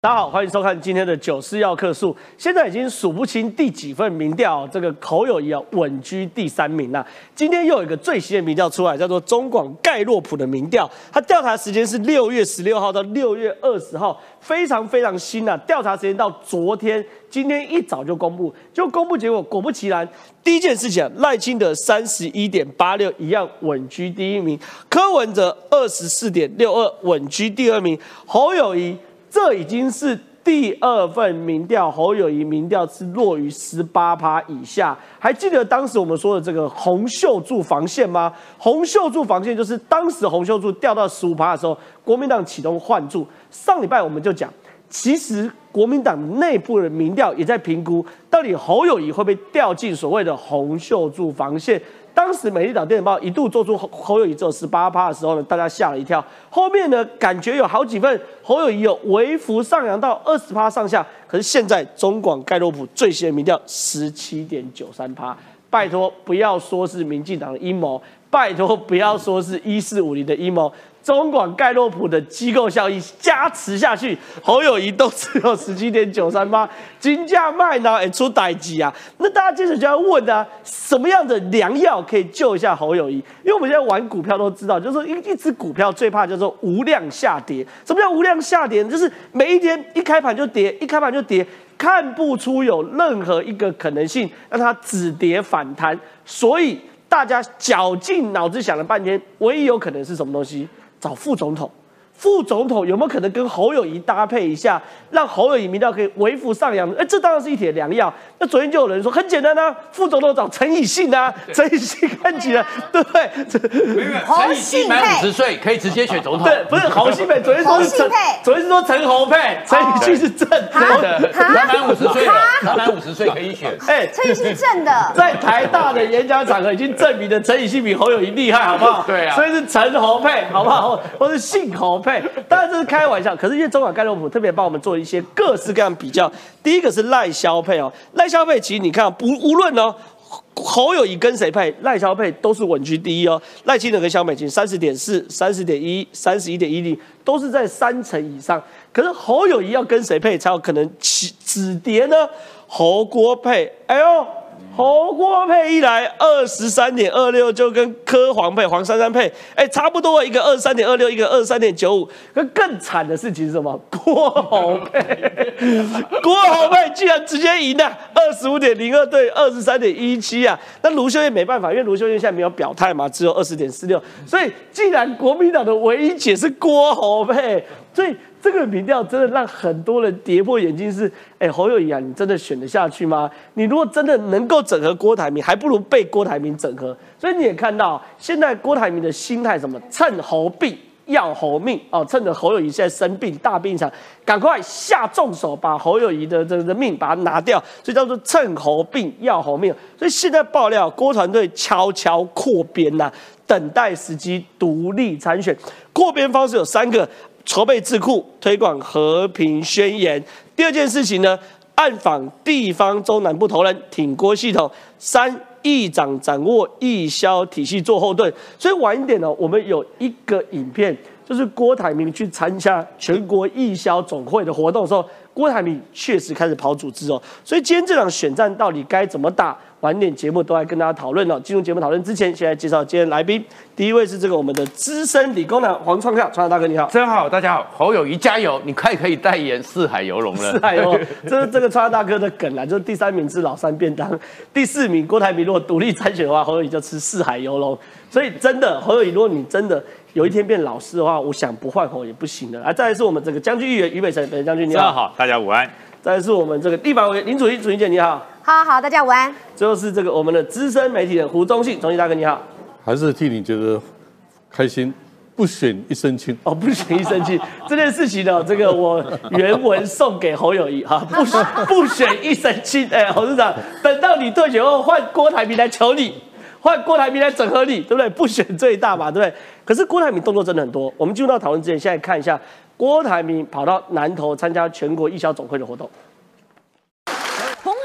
大家好，欢迎收看今天的九四要客诉。现在已经数不清第几份民调，这个侯友宜稳居第3名啦。今天又有一个最新的民调出来，叫做中广盖洛普的民调，它调查时间是6月16号到6月20号，非常新啊。调查时间到昨天，今天一早就公布，就公布结果，果不其然，第一件事情赖清德31.86一样稳居第1名，柯文哲24.62稳居第2名，侯友宜。这已经是第2份民调，侯友宜民调是落于18%以下。还记得当时我们说的这个洪秀柱防线吗？洪秀柱防线就是当时洪秀柱掉到15%的时候，国民党启动换柱。上礼拜我们就讲，其实国民党内部的民调也在评估，到底侯友宜会不会掉进所谓的洪秀柱防线。当时美丽岛电子报一度做出侯友宜只有18%的时候呢，大家吓了一跳。后面呢，感觉有好几份侯友宜有微幅上扬到20%上下，可是现在中广盖洛普最新的民调17.93%，拜托不要说是民进党的阴谋，拜托不要说是1450的阴谋。中广盖洛普的机构效益加持下去，侯友宜都只有17.93%，金价卖呢也出代志啊！那大家接着就要问啊，什么样的良药可以救一下侯友宜？因为我们现在玩股票都知道，就是说一只股票最怕叫做无量下跌。什么叫无量下跌呢？就是每一天一开盘就跌，一开盘就跌，看不出有任何一个可能性让它止跌反弹，所以大家绞尽脑汁想了半天，唯一有可能是什么东西？找副总统，副总统有没有可能跟侯友宜搭配一下，让侯友宜民调可以微幅上扬？这当然是一帖良药。那昨天就有人说很简单啊，副总统找陈以信啊，陈以信看起来对不对？ 陈以信满50岁可以直接选总统。 对，不是侯信配，昨天说是陈侯配，陈以信是正的， 他满50岁了，他满50岁可以选。 陈以信是正的， 在台大的演讲场合已经证明了陈以信比侯友宜厉害，好不好？ 对啊， 所以是陈侯配，好不好？或是信侯配，当然这是开玩笑。可是因为中广盖洛普特别帮我们做一些各式各样比较，第一个是赖萧配哦，赖萧配其实你看无论哦。侯友宜跟谁配，赖萧配都是稳居第1哦。赖清德跟萧美琴30.4、30.1、31.10都是在3成以上。可是侯友宜要跟谁配才有可能止跌呢？侯郭配，哎呦！侯郭配一来23.26，就跟柯黄配、黄珊珊配，差不多，一个23.26，一个23.95。可更惨的事情是什么？郭侯配，郭侯配居然直接赢了，25.02对23.17啊！那卢秀燕没办法，因为卢秀燕现在没有表态嘛，只有20.46。所以既然国民党的唯一解是郭侯配，所以这个民调真的让很多人跌破眼镜，是侯友宜啊，你真的选得下去吗？你如果真的能够整合郭台铭，还不如被郭台铭整合。所以你也看到，现在郭台铭的心态什么？趁侯病要侯命哦，趁着侯友宜现在生病大病一场，赶快下重手把侯友宜的命把它拿掉，所以叫做趁侯病要侯命。所以现在爆料，郭团队悄悄扩编呐，等待时机独立参选。扩编方式有3个。筹备智库，推广和平宣言。第2件事情呢，暗访地方中南部头人，挺郭系统。3，议长掌握义消体系做后盾。所以晚一点呢，我们有一个影片，就是郭台铭去参加全国义消总会的活动的时候，郭台铭确实开始跑组织哦。所以今天这场选战到底该怎么打？晚点节目都来跟大家讨论哦。进入节目讨论之前，先来介绍今天来宾。第一位是这个我们的资深理工男黄创亮，创亮大哥你好。 真好，大家好，侯友宜加油！你快可以代言四海游龙了。 四海游龙，这是这个创亮大哥的梗啦，就是第3名吃老3便当，第4名郭台铭如果独立参选的话，侯友宜就吃四海游龙。所以真的，侯友宜如果你真的有一天变老师的话，我想不换侯也不行了。再来是我们这个将军议员于北辰，北辰将军你好。 好，大家午安。 再来是我们这个立法委员林楚瑜姐你好。 好，大家午安。 最后是这个我们的资深媒体人胡忠信，忠信大哥你好。 还是替你觉得开心，不选一身轻哦，不选一身轻这件事情呢，这个我原文送给侯友宜哈，不选一身轻，侯市长，等到你退选后换郭台铭来求你，换郭台铭来整合你，对不对？不选最大嘛，对不对？可是郭台铭动作真的很多，我们进入到讨论之前，现在看一下郭台铭跑到南投参加全国义消总会的活动。 鸿海创办人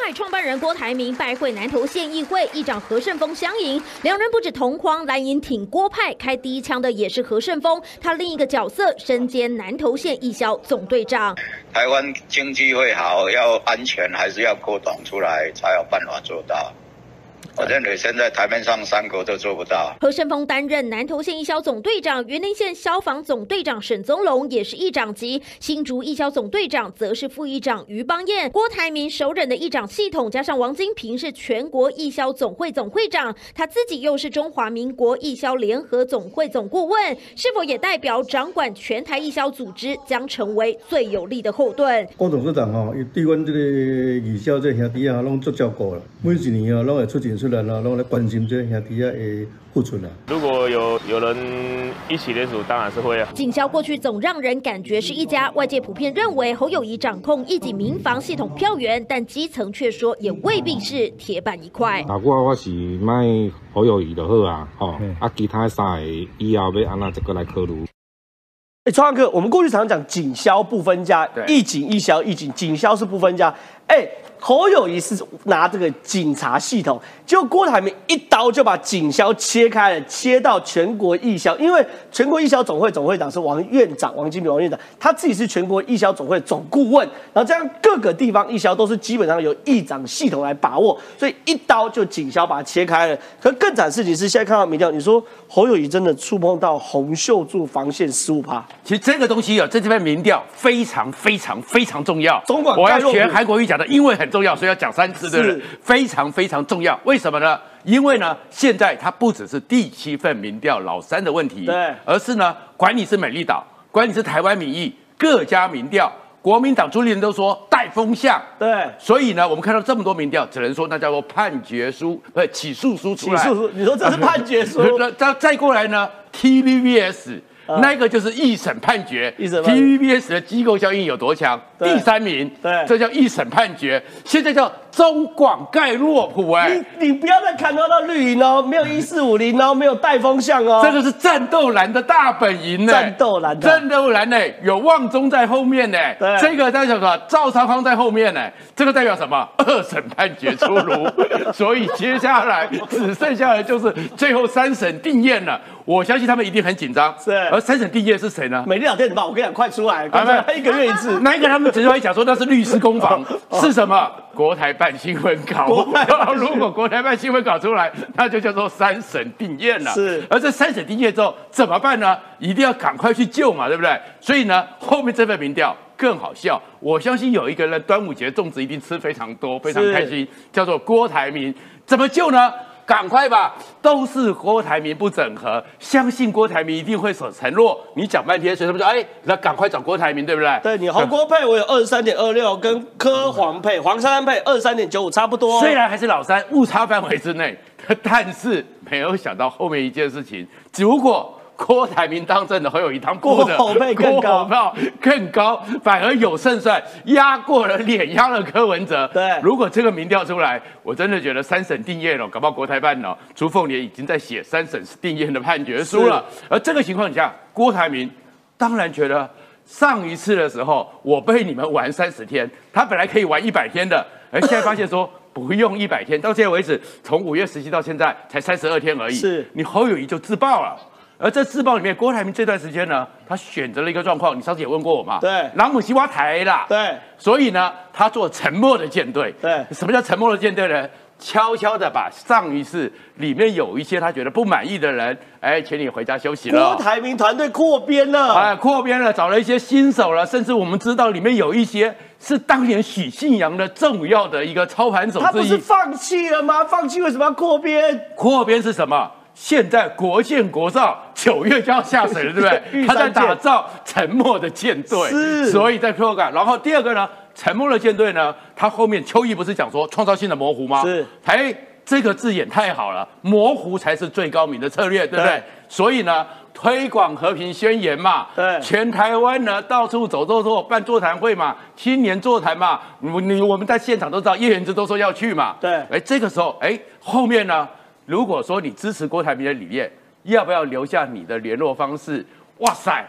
人郭台铭拜会南投县议会议长何胜峰相迎，两人不止同框，蓝营挺郭派开第一枪的也是何胜峰，他另一个角色身兼南投县义消总队长。 台湾经济会好，要安全还是要郭董出来才有办法做到。我认为现在台面上3国都做不到。 何胜峰担任南投县义消总队长，云林县消防总队长沈宗龙也是议长级，新竹义消总队长则是副议长于邦彦。郭台铭首任的议长系统，加上王金平是全国义消总会总会长，他自己又是中华民国义消联合总会总顾问，是否也代表掌管全台义消组织，将成为最有力的后盾？ 郭董事长伊对阮这个义消这兄弟啊，拢足照顾了，每一年拢会出钱出。拢来关心这兄弟的付出啦。 如果有人一起联署，当然是会啊。 警消过去总让人感觉是一家，外界普遍认为侯友宜掌控一级民防系统票源，但基层却说也未必是铁板一块。 我是卖侯友宜就好啊，其他3个以后要安怎再过来考虑。 创哥，我们过去常讲警消不分家，一警一消，警消是不分家。侯友宜是拿这个警察系统，结果郭台铭一刀就把警消切开了，切到全国义消。因为全国义消总会总会长是王院长，王金平王院长，他自己是全国义消总会总顾问，然后这样各个地方义消都是基本上由议长系统来把握，所以一刀就警消把它切开了。可更惨的事情是，现在看到民调，你说侯友宜真的触碰到洪秀柱防线15%。 其实这个东西在这边民调非常非常非常重要。 我要学韩国瑜讲的，因为很重要，所以要讲3次，对不对？非常非常重要。为什么呢？因为呢，现在它不只是第7份民调老3的问题， 对， 而是呢，管你是美丽岛，管你是台湾民意，各家民调，国民党朱立伦都说带风向， 对， 所以呢，我们看到这么多民调，只能说那叫做判决书，起诉书出来。 起诉书，你说这是判决书？ 再过来呢 ，TVBS。那个就是一审判决 ，TVBS 的机构效应有多强？第3名， 对， 这叫一审判决。现在叫中广盖洛普， 你不要再看到绿营哦，没有1450哦，没有带风向哦， 这个是战斗蓝的大本营呢， 战斗蓝呢，有旺中在后面呢， 对， 这个代表什么？赵少康在后面呢，这个代表什么？2审判决出炉，所以接下来只剩下的就是最后3审定验了。我相信他们一定很紧张， 是。 而3审定验是谁呢？ 美丽岛电子报，我跟你讲，快出来，1个月一次。 那一个他们只会讲说那是律师攻防，是什么？国台办新闻稿。如果国台办新闻稿出来，那就叫做3审定验了。 是。 而这3审定验之后怎么办呢？一定要赶快去救嘛，对不对？所以呢，后面这份民调更好笑。我相信有一个人端午节粽子一定吃非常多，非常开心，叫做郭台铭。怎么救呢？赶快吧，都是郭台铭不整合，相信郭台铭一定会守承诺。你讲半天，所以他们说，那赶快找郭台铭，对不对？ 对你侯郭配，我有23.26，跟柯黄配、黄珊珊配23.95，差不多。 虽然还是老3，误差范围之内，但是没有想到后面一件事情，如果郭台铭当政的，侯友宜当副的， 郭配更高，反而有胜算，压过了脸，压了柯文哲。 对， 如果这个民调出来，我真的觉得3审定验了，搞不好国台办哦，朱凤莲已经在写3审定验的判决书了。而这个情况底下，郭台铭当然觉得上一次的时候我被你们玩30天，他本来可以玩100天的，而现在发现说不用100天，到现在为止，从5月17到现在才32天而已。 是， 你侯友宜就自爆了。而在自爆里面，郭台铭这段时间呢，他选择了一个状况，你上次也问过我嘛？ 对， 朗姆西挖台啦。 对， 所以呢，他做沉默的舰队。 对， 什么叫沉默的舰队呢？悄悄的把上一次里面有一些他觉得不满意的人，请你回家休息了。 郭台铭团队扩编了， 扩编了，找了一些新手了，甚至我们知道里面有一些是当年许信阳的重要的一个操盘手之一。 他不是放弃了吗？放弃为什么要扩编？ 扩编是什么？现在国建国造9月就要下水了，对不对？他在打造沉默的舰队，所以在 program。然后第二个呢，沉默的舰队呢，他后面邱毅不是讲说创造性的模糊吗？ 是， 这个字眼太好了，模糊才是最高明的策略，对不对？所以呢，推广和平宣言嘛， 对， 全台湾呢到处走办座谈会嘛，青年座谈嘛，我们在现场都知道，叶元之都说要去嘛， 对， 这个时候，后面呢？如果说你支持郭台铭的理念，要不要留下你的联络方式？哇塞，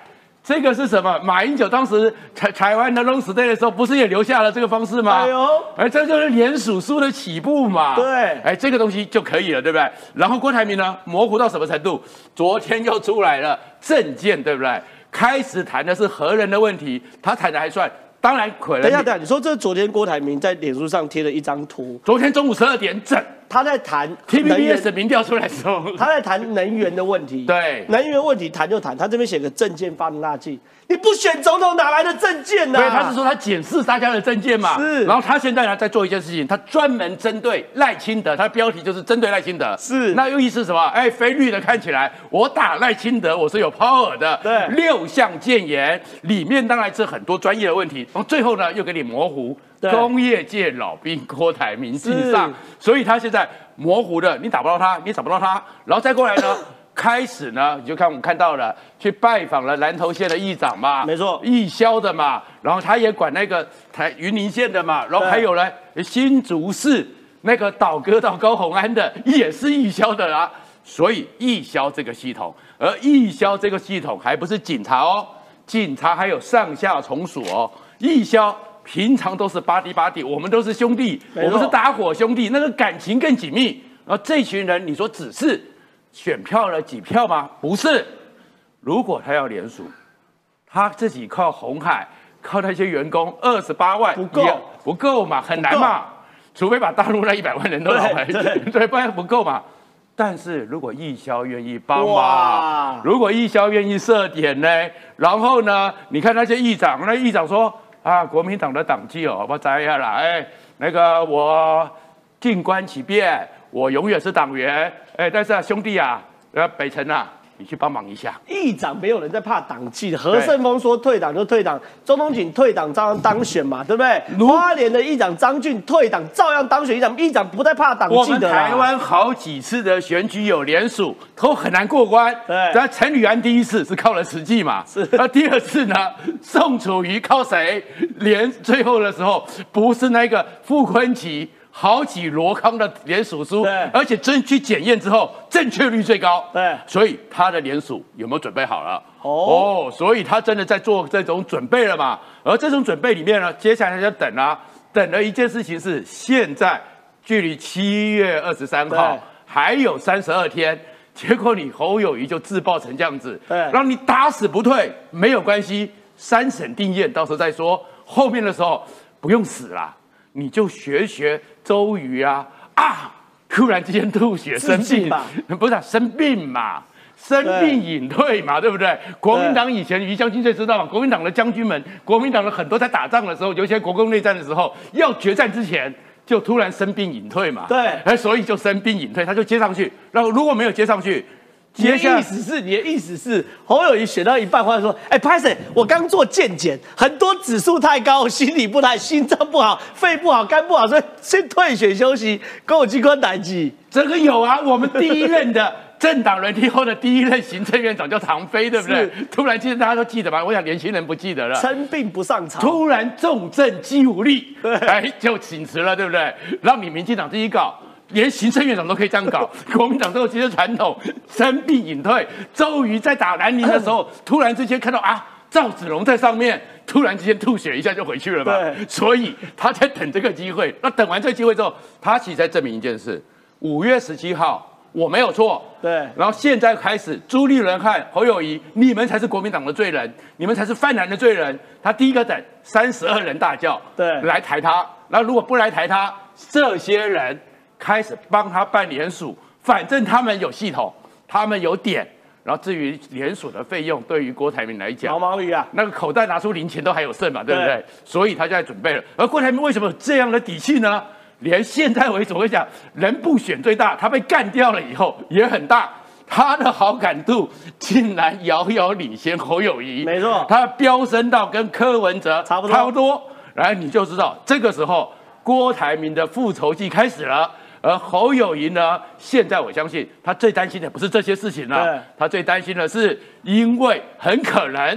这个是什么？马英九当时台湾的 long stay 的时候，不是也留下了这个方式吗？这就是联署书的起步嘛。 对， 这个东西就可以了，对不对？然后郭台铭呢，模糊到什么程度？昨天又出来了政见，对不对？开始谈的是核人的问题，他谈的还算。当然，等一下，你说这是昨天郭台铭在脸书上贴了一张图， 昨天中午12点整， 他在谈 TVBS 民调出来的时候， 他在谈能源的问题。 对， 能源问题谈就谈，他这边写个政见放大镜，你不选总统哪来的政见呢？ 对，他是说他检视大家的政见嘛。 是， 然后他现在呢在做一件事情，他专门针对赖清德，他的标题就是针对赖清德。 是， 那又意思是什么？非绿的看起来我打赖清德我是有 power 的。 对 ，6项谏言里面当然是很多专业的问题，然后最后呢又给你模糊。工业界老兵郭台铭进上，所以他现在模糊的，你打不到他，你找不到他，然后再过来呢，开始呢，你就看我们看到了，去拜访了南投县的议长嘛， 没错， 义消的嘛，然后他也管那个云林县的嘛，然后还有呢新竹市那个倒戈到高虹安的也是义消的啦，所以义消这个系统，而义消这个系统还不是警察哦，警察还有上下从属哦，义消。平常都是buddy，我们都是兄弟，我们是搭伙兄弟，那个感情更紧密。然后这群人，你说只是选票了几票吗？不是。如果他要联署，他自己靠鸿海，靠那些员工28万不够嘛，很难嘛。除非把大陆那100万人都捞来，对，不然不够嘛。但是如果义消愿意帮忙，如果义消愿意设点呢，然后呢，你看那些议长，那议长说。国民党的党纪哦，我摘下来。那个我静观其变，我永远是党员。但是兄弟啊，北辰啊，你去帮忙一下。 议长没有人在怕党纪的，何胜峰说退党就退党，周东锦退党照样当选嘛，对不对？花莲的议长张俊退党照样当选议长不在怕党纪的。 我们台湾好几次的选举有联署，都很难过关。 对， 但陈履安第一次是靠了实际嘛， 是。 那第二次呢，宋楚瑜靠谁？连最后的时候不是那个傅昆萁。好几罗康的联署书，而且真去检验之后，正确率最高。 对， 所以他的联署有没有准备好了？所以他真的在做这种准备了嘛？而这种准备里面呢，接下来要等啊，等的一件事情是，现在距离7月23号还有32天，结果你侯友宜就自爆成这样子，让你打死不退，没有关系，3审定验，到时候再说，后面的时候不用死啦。你就学周瑜啊，突然之间吐血生病，不是生病嘛，生病隐退嘛，对不对？国民党以前于将军最知道嘛，国民党的将军们，国民党的很多在打仗的时候，尤其在国共内战的时候，要决战之前就突然生病隐退嘛， 对， 所以就生病隐退，他就接上去，然后如果没有接上去。 你的意思是侯友宜选到一半，或者说，拍谁？我刚做健检，很多指数太高，我心理不太，心脏不好，肺不好，肝不好，所以先退选休息，跟我机关代志。 这个有啊，我们第一任的政党轮替后的第一任行政院长叫唐飞，对不对？突然间大家都记得吧？我想年轻人不记得了。 生病不上场， 突然重症肌无力，就请辞了，对不对？让你民进党自己搞。连行政院长都可以这样搞，国民党都有这些传统，生病隐退。周瑜在打南宁的时候，突然之间看到赵子龙在上面，突然之间吐血一下就回去了嘛。所以他在等这个机会。那等完这个机会之后，他其实在证明一件事：5月17号我没有错。 对。 然后现在开始，朱立伦和侯友宜，你们才是国民党的罪人，你们才是泛蓝的罪人。他第一个等32人大叫，来抬他。然后如果不来抬他，这些人。开始帮他办联署，反正他们有系统，他们有点，然后至于联署的费用，对于郭台铭来讲， 毛毛雨啊， 那个口袋拿出零钱都还有剩嘛，对不对？所以他就在准备了。而郭台铭为什么有这样的底气呢？连现在为止，我跟你讲，人不选最大，他被干掉了以后也很大，他的好感度竟然遥遥领先侯友宜， 没错， 他飙升到跟柯文哲差不多，然后你就知道这个时候郭台铭的复仇记开始了。而侯友宜呢，现在我相信他最担心的不是这些事情了，他最担心的是，因为很可能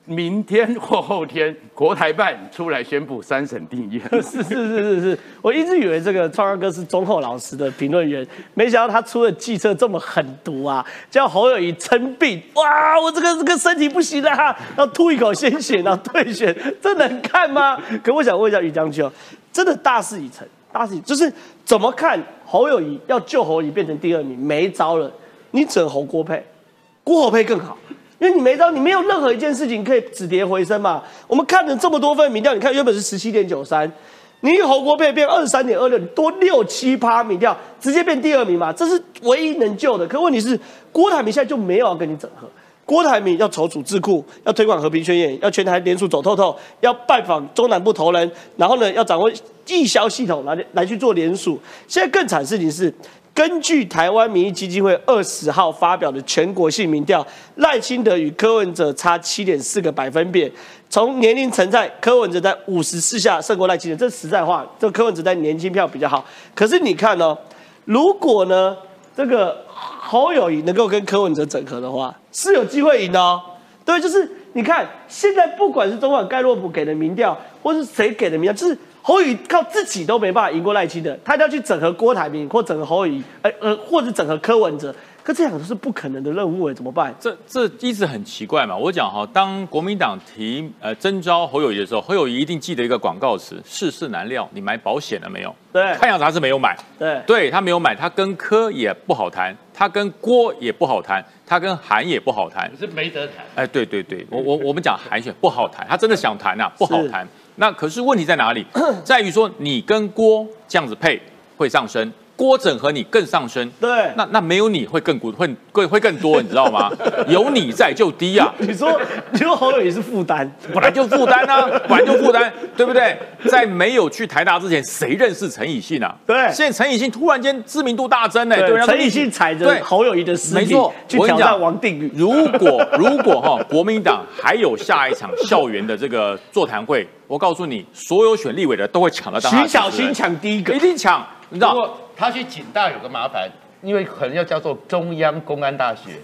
明天或后天，国台办出来宣布3审定谳。 是，我一直以为这个创刚哥是忠厚老实的评论员，没想到他出的计策这么狠毒啊！叫侯友宜称病，哇，我这个身体不行了，然后吐一口鲜血，然后退选，这能看吗？可我想问一下于将军，真的大势已成，就是怎么看侯友宜要救侯友宜变成第2名没招了，你整侯郭配，郭侯配更好。因为你没招，你没有任何一件事情可以止跌回升嘛。我们看了这么多份民调，你看原本是17.93，你侯国配变23.26，你多6-7%民调，直接变第2名嘛，这是唯一能救的。可问题是，郭台铭现在就没有要跟你整合。郭台铭要筹组智库，要推广和平宣言，要全台联署走透透，要拜访中南部头人，然后呢，要掌握义消系统来去做联署。现在更惨的事情是，根据台湾民意基金会20号发表的全国性民调，赖清德与柯文哲差7.4个百分点。从年龄层在柯文哲在54下胜过赖清德，这实在话，这柯文哲在年轻票比较好。可是你看哦，如果呢这个侯友宜能够跟柯文哲整合的话，是有机会赢的哦。对，就是你看现在不管是中广盖洛普给的民调，或是谁给的民调，就是侯友宜靠自己都没办法赢过赖清德，他一定要去整合郭台铭，或整合侯友宜，或者整合柯文哲。可这两个都是不可能的任务，怎么办？ 这一直很奇怪嘛。我讲哈，当国民党征召侯友宜的时候，侯友宜一定记得一个广告词：世事难料，你买保险了没有？ 对， 看样子他是没有买。对他没有买，他跟柯也不好谈，他跟郭也不好谈，他跟韩也不好谈， 是没得谈。 哎，对，我们讲韩选不好谈，他真的想谈啊，不好谈。那可是问题在哪里？在于说你跟郭这样子配会上升。郭整合你更上升， 对， 那没有你会更多，你知道吗？有你在就低啊。 你说侯友宜是负担， 本来就负担啊，对不对？在没有去台大之前，谁认识陈以信啊？ 对， 现在陈以信突然间知名度大增呢，对， 陈以信踩着侯友宜的尸体去挑战王定宇。 如果哈国民党还有下一场校园的这个座谈会，我告诉你，所有选立委的都会抢得到。 徐小新抢第一个， 一定抢，你知道。 他去警大有个麻烦，因为可能要叫做中央公安大学。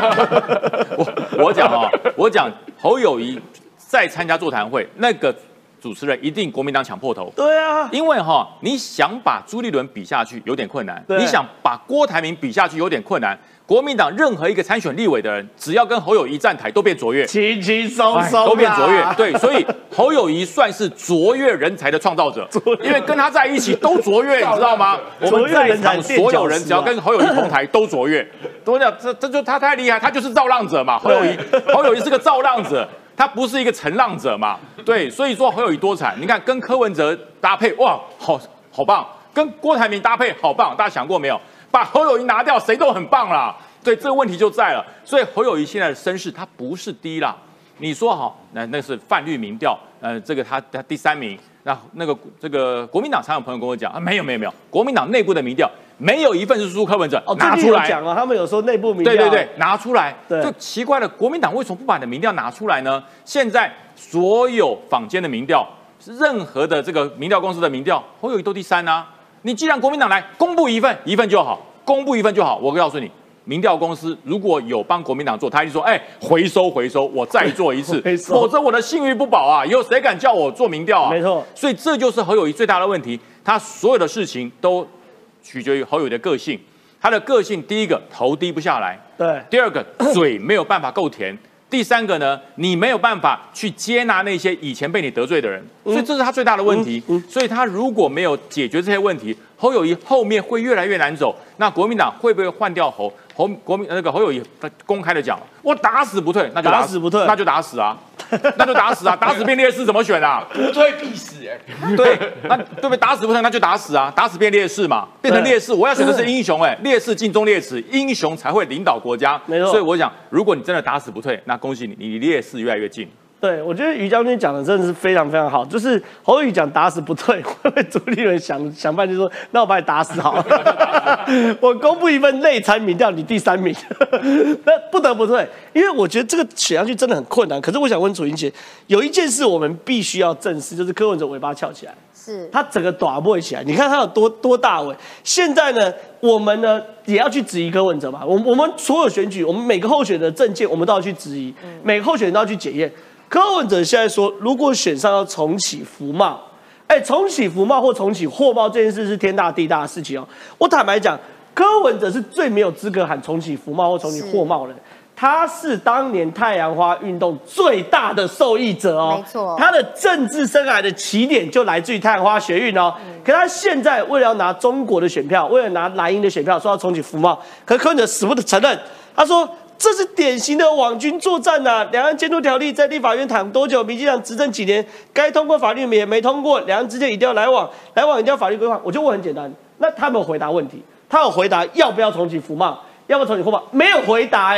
我讲侯友宜在参加座谈会，那个主持人一定国民党抢破头。 对啊， 因为你想把朱立伦比下去有点困难，你想把郭台铭比下去有点困难。国民党任何一个参选立委的人，只要跟侯友宜站台，都变卓越， 轻轻松松都变卓越。对，所以侯友宜算是卓越人才的创造者，因为跟他在一起都卓越，你知道吗？我们在场所有人只要跟侯友宜同台都卓越。我讲这就他太厉害，他就是造浪者嘛。侯友宜是个造浪者，他不是一个承浪者嘛。对，所以说侯友宜多惨。你看跟柯文哲搭配，哇，好棒；跟郭台铭搭配，好棒。大家想过没有？把侯友宜拿掉，谁都很棒啦。对，这个问题就在了。所以侯友宜现在的声势，他不是低啦。你说好，那是泛绿民调，这个他第3名。这个国民党常有朋友跟我讲啊，没有，国民党内部的民调没有一份是输柯文哲，拿出来讲啊，他们有说内部民调， 对，拿出来。就奇怪了，国民党为什么不把你的民调拿出来呢？现在所有坊间的民调，任何的这个民调公司的民调，侯友宜都第3啊。你既然国民党来公布一份就好，公布一份就好。我告诉你，民调公司如果有帮国民党做，他就说，回收，我再做一次，否则我的信誉不保啊！以后谁敢叫我做民调啊？ 没错， 所以这就是侯友宜最大的问题，他所有的事情都取决于侯友宜的个性。他的个性，第一个头低不下来， 对； 第二个嘴没有办法够甜。第3个呢，你没有办法去接纳那些以前被你得罪的人，所以这是他最大的问题。所以他如果没有解决这些问题，侯友宜后面会越来越难走。那国民党会不会换掉侯友宜公开的讲，我打死不退，那就打死不退，那就打死啊，打死变烈士怎么选啊？ 不退必死对，那对不对？打死不退，那就打死啊，打死变烈士嘛，变成烈士，我要选的是英雄烈士尽忠烈耻，英雄才会领导国家。 没错， 所以我讲，如果你真的打死不退，那恭喜你，你离烈士越来越近。 对，我觉得于将军讲的真的是非常非常好，就是侯友宜讲打死不退，会不会朱立伦想办就说，那我把你打死好了，我公布一份内参民调，你第3名，那不得不退，因为我觉得这个选上去真的很困难。可是我想问楚英姐，有一件事我们必须要正视，就是柯文哲尾巴翘起来， 是他整个短不会起来，你看他有多大尾。现在呢，我们呢也要去质疑柯文哲嘛，我们所有选举，我们每个候选人的政见，我们都要去质疑，每个候选人都要去检验。 柯文哲现在说，如果选上要重启服贸，重启服贸或重启货贸这件事是天大地大的事情哦。我坦白讲，柯文哲是最没有资格喊重启服贸或重启货贸的。他是当年太阳花运动最大的受益者哦， 没错， 他的政治生涯的起点就来自于太阳花学运哦。可他现在为了要拿中国的选票，为了拿蓝营的选票，说要重启服贸，可柯文哲死不承认，他说这是典型的网军作战呐！两岸监督条例在立法院谈多久？民进党执政几年，该通过法律也没通过，两岸之间一定要来往，来往一定要法律规范。我就问很简单，那他没有回答问题，他有回答要不要重启服贸，要不要重启货贸，没有回答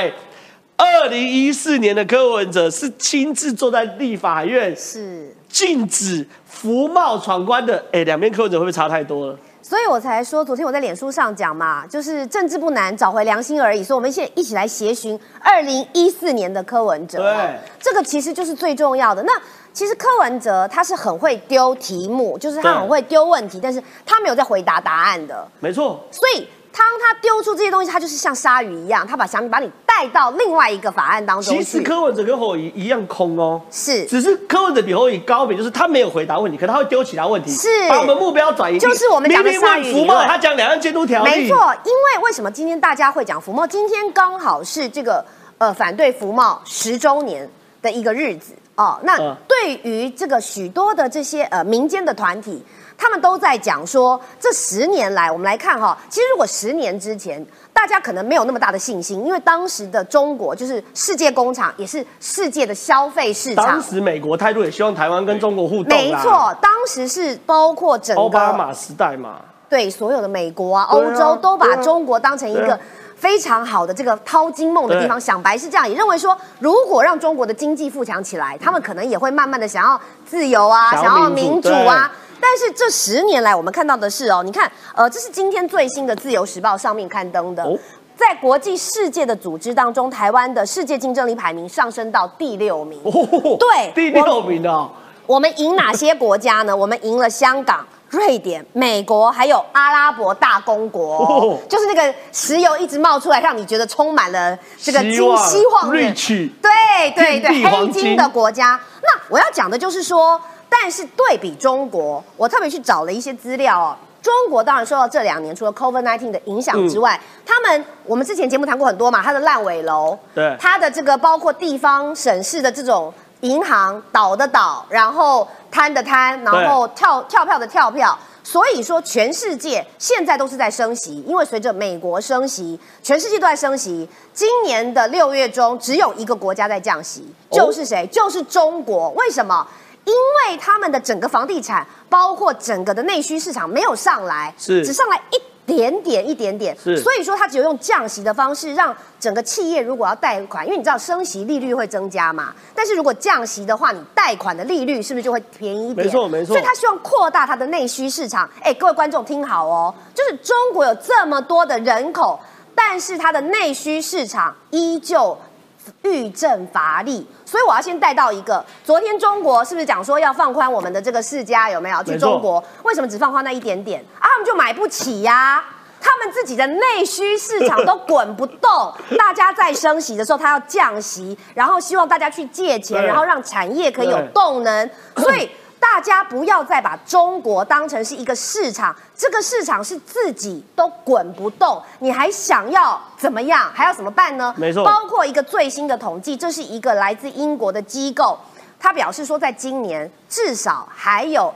2014年的柯文哲是亲自坐在立法院， 是禁止服贸闯关的。两边柯文哲会不会差太多了？ 所以我才说，昨天我在脸书上讲嘛，就是政治不难，找回良心而已。所以我们现在一起来协寻2014年的柯文哲。 对， 这个其实就是最重要的。那其实柯文哲他是很会丢题目，就是他很会丢问题，但是他没有在回答答案的。 没错。 所以当他丢出这些东西，他就是像鲨鱼一样，他把你带到另外一个法案当中去。 其实柯文哲跟侯友宜一样空哦， 是， 只是柯文哲比侯友宜高明，就是他没有回答问题，可他会丢其他问题， 是把我们目标转移。 就是我们讲的鲨鱼理论。 明明问服贸，他讲两岸监督条例。 没错，因为什么今天大家会讲服贸？今天刚好是这个反对服贸10周年的一个日子哦。那对于这个许多的这些民间的团体。他们都在讲说，这10年来，我们来看哈，其实如果10年之前，大家可能没有那么大的信心，因为当时的中国就是世界工厂，也是世界的消费市场。 当时美国态度也希望台湾跟中国互动。 没错，当时是包括整个奥巴马时代嘛， 对所有的美国啊、欧洲都把中国当成一个非常好的这个淘金梦的地方，想白是这样，也认为说，如果让中国的经济富强起来，他们可能也会慢慢的想要自由啊，想要民主啊。但是这10年来，我们看到的是哦，你看，这是今天最新的《自由时报》上面刊登的，在国际世界的组织当中，台湾的世界竞争力排名上升到第6名。对， 第6名哦。 我们赢哪些国家呢？我们赢了香港、瑞典、美国，还有阿拉伯大公国，就是那个石油一直冒出来，让你觉得充满了这个希望的，对，黑金的国家。那我要讲的就是说。但是对比中国，我特别去找了一些资料哦。中国当然受到这2年除了 COVID-19 的影响之外，我们之前节目谈过很多嘛，它的烂尾楼， 对， 它的这个包括地方省市的这种银行倒的倒，然后摊的摊，然后跳票的跳票。所以说，全世界现在都是在升息，因为随着美国升息，全世界都在升息。今年的6月中，只有一个国家在降息，就是谁？就是中国。为什么？因为他们的整个房地产，包括整个的内需市场没有上来，只上来一点点，所以说他只有用降息的方式，让整个企业如果要贷款，因为你知道升息利率会增加嘛，但是如果降息的话，你贷款的利率是不是就会便宜一点？ 没错。 所以他希望扩大他的内需市场。各位观众听好哦，就是中国有这么多的人口，但是它的内需市场依旧欲振乏力，所以我要先带到一个，昨天中国是不是讲说要放宽我们的这个世家有没有？去中国为什么只放宽那一点点啊？他们就买不起呀，他们自己的内需市场都滚不动，大家在升息的时候，他要降息，然后希望大家去借钱，然后让产业可以有动能，所以。大家不要再把中国当成是一个市场，这个市场是自己都滚不动，你还想要怎么样？还要怎么办呢？ 没错， 包括一个最新的统计，这是一个来自英国的机构，他表示说，在今年至少还有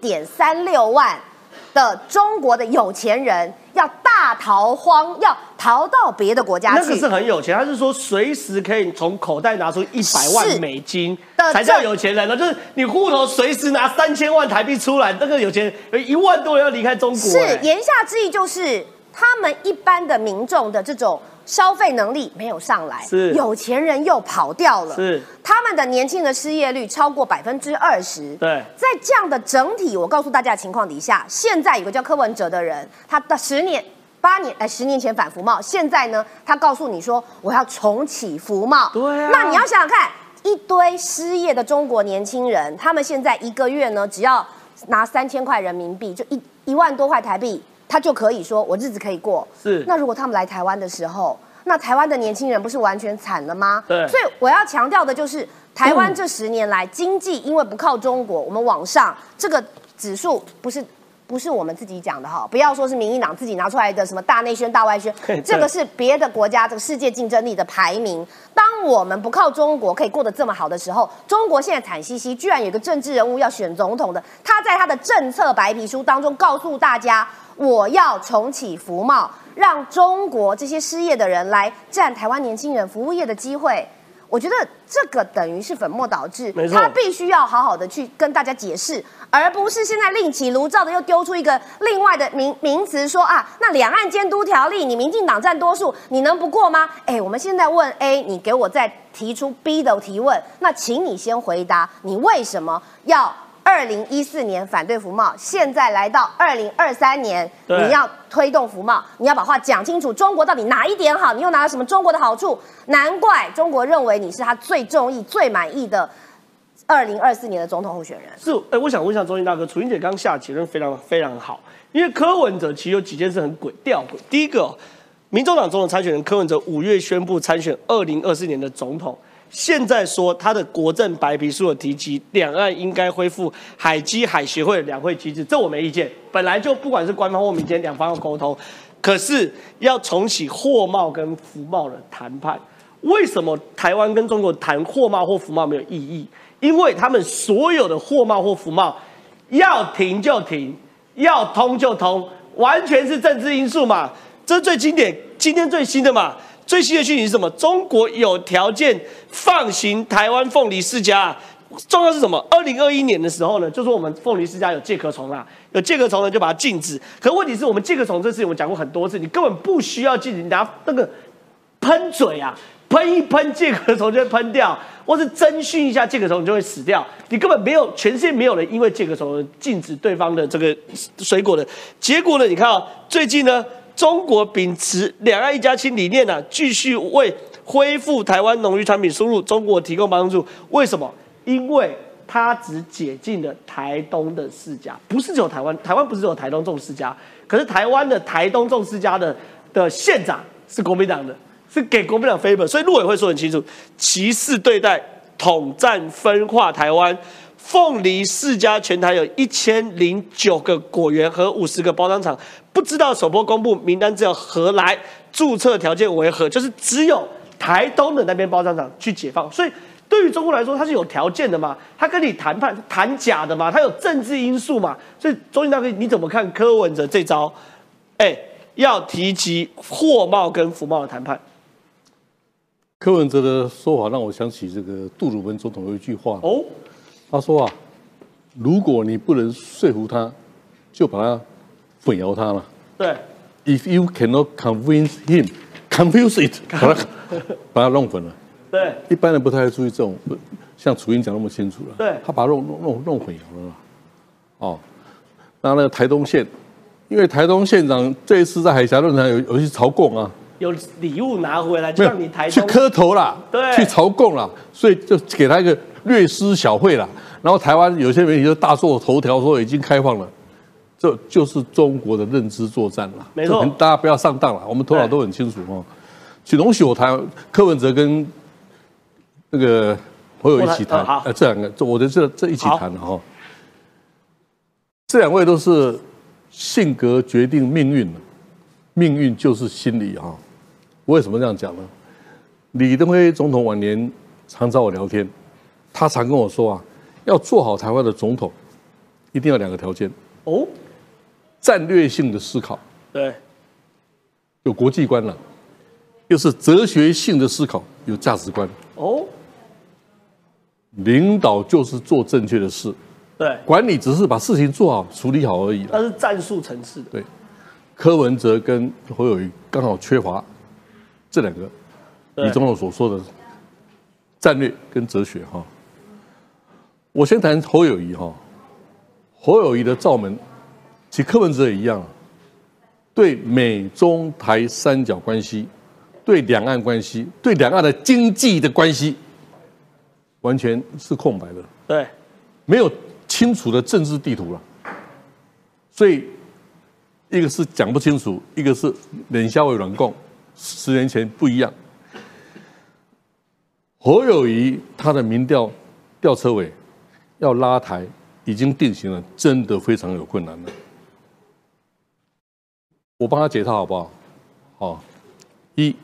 1.36万的中国的有钱人要大逃荒，要逃到别的国家去。 那个是很有钱，他是说随时可以从口袋拿出100万美金才叫有钱人了，就是你户头随时拿3000万台币出来，那个有钱人有1万多人要离开中国。 是，言下之意就是他们一般的民众的这种消费能力没有上来，有钱人又跑掉了，他们的年轻人失业率超过20%。 对， 在这样的整体，我告诉大家的情况底下，现在有个叫柯文哲的人，他的10年前反服贸，现在呢，他告诉你说我要重启服贸。 对啊， 那你要想想看，一堆失业的中国年轻人，他们现在1个月呢，只要拿3000块人民币，就1万多块台币。他就可以说我日子可以过。那如果他们来台湾的时候，那台湾的年轻人不是完全惨了吗？ 对。 所以我要强调的就是， 台湾这10年来经济因为不靠中国，我们往上这个指数不是我们自己讲的哈，不要说是民进党自己拿出来的什么大内宣、大外宣，这个是别的国家这个世界竞争力的排名。当我们不靠中国可以过得这么好的时候，中国现在惨兮兮，居然有个政治人物要选总统的，他在他的政策白皮书当中告诉大家，我要重启服贸，让中国这些失业的人来占台湾年轻人服务业的机会。我觉得这个等于是本末倒置，他必须要好好的去跟大家解释，而不是现在另起炉灶的又丢出一个另外的名词说啊，那两岸监督条例你民进党占多数，你能不过吗？我们现在问 A， 你给我再提出 B 的提问，那请你先回答，你为什么要2014年反对服贸，现在来到2023年，你要推动服贸，你要把话讲清楚，中国到底哪一点好，你又拿了什么中国的好处？难怪中国认为你是他最中意、最满意的2024年的总统候选人。 是，我想问一下周英大哥，楚英姐刚下结论非常非常好，因为柯文哲其实有几件事很吊诡。第一个，民众党总统参选人柯文哲5月宣布参选2024年的总统。现在说他的国政白皮书的提及，两岸应该恢复海基海协会的两会机制，这我没意见。本来就不管是官方或民间，两方要沟通。可是要重启货贸跟服贸的谈判，为什么台湾跟中国谈货贸或服贸没有意义？因为他们所有的货贸或服贸要停就停，要通就通，完全是政治因素嘛。这是最经典，今天最新的嘛。最新的讯息是什么？中国有条件放行台湾凤梨世家。重要是什么？2021年的时候呢，就说我们凤梨世家有介壳虫啦，有介壳虫呢就把它禁止。可问题是我们介壳虫这事情我们讲过很多次，你根本不需要禁止，你拿那个喷嘴啊，喷一喷介壳虫就会喷掉，或是蒸熏一下介壳虫就会死掉。你根本没有，全世界没有人因为介壳虫而禁止对方的这个水果的。结果呢，你看最近呢。中国秉持两岸一家亲理念继续为恢复台湾农渔产品输入中国提供帮助。为什么？因为它只解禁了台东的世家，不是只有台湾，台湾不是只有台东种世家，可是台湾的台东种世家的县长是国民党的，是给国民党 favor， 所以陆委会说很清楚，歧视对待，统战分化台湾。凤梨世家全台有1009个果园和50个包装厂，不知道首波公布名单资料何来，注册条件为何？就是只有台东的那边包装厂去解放，所以对于中国来说，它是有条件的嘛，它跟你谈判谈假的嘛，它有政治因素嘛，所以周英大哥你怎么看柯文哲这招？要提及货贸跟服贸的谈判。 柯文哲的说法让我想起这个杜鲁门总统有一句话哦。他说如果你不能说服他，就把他混淆他了。 对 ，If you cannot convince him, confuse it， 把他弄混了。 对， 一般人不太会注意这种，像楚英讲那么清楚了。 对， 他把他弄混淆了。那个台东县，因为台东县长这一次在海峡论坛有去朝贡啊。 有礼物拿回来，就让你台东去磕头啦， 对， 去朝贡啦，所以就给他一个略施小惠啦。然后台湾有些媒体就大做头条说已经开放了，这就是中国的认知作战啦。 没错， 大家不要上当了，我们头脑都很清楚哦。请容许我谈柯文哲跟那个侯友宜一起谈，这两个，我觉得这一起谈了哈。这两位都是性格决定命运的，命运就是心理哈。为什么这样讲呢？李登辉总统晚年常找我聊天，他常跟我说要做好台湾的总统，一定要2个条件哦：战略性的思考， 对， 有国际观了，又是哲学性的思考，有价值观哦。领导就是做正确的事， 对， 管理只是把事情做好、处理好而已。 那是战术层次的。 对，柯文哲跟侯友宜刚好缺乏这2个，李总统所说的战略跟哲学哈。我先谈侯友宜哈，侯友宜的罩门，其实柯文哲也一样，对美中台三角关系，对两岸关系，对两岸的经济的关系，完全是空白的。 对， 没有清楚的政治地图了，所以一个是讲不清楚，一个是冷笑为软供，10年前不一样。 侯友宜他的民调吊车尾要拉抬已经定型了，真的非常有困难了。我帮他解套好不好？好，一，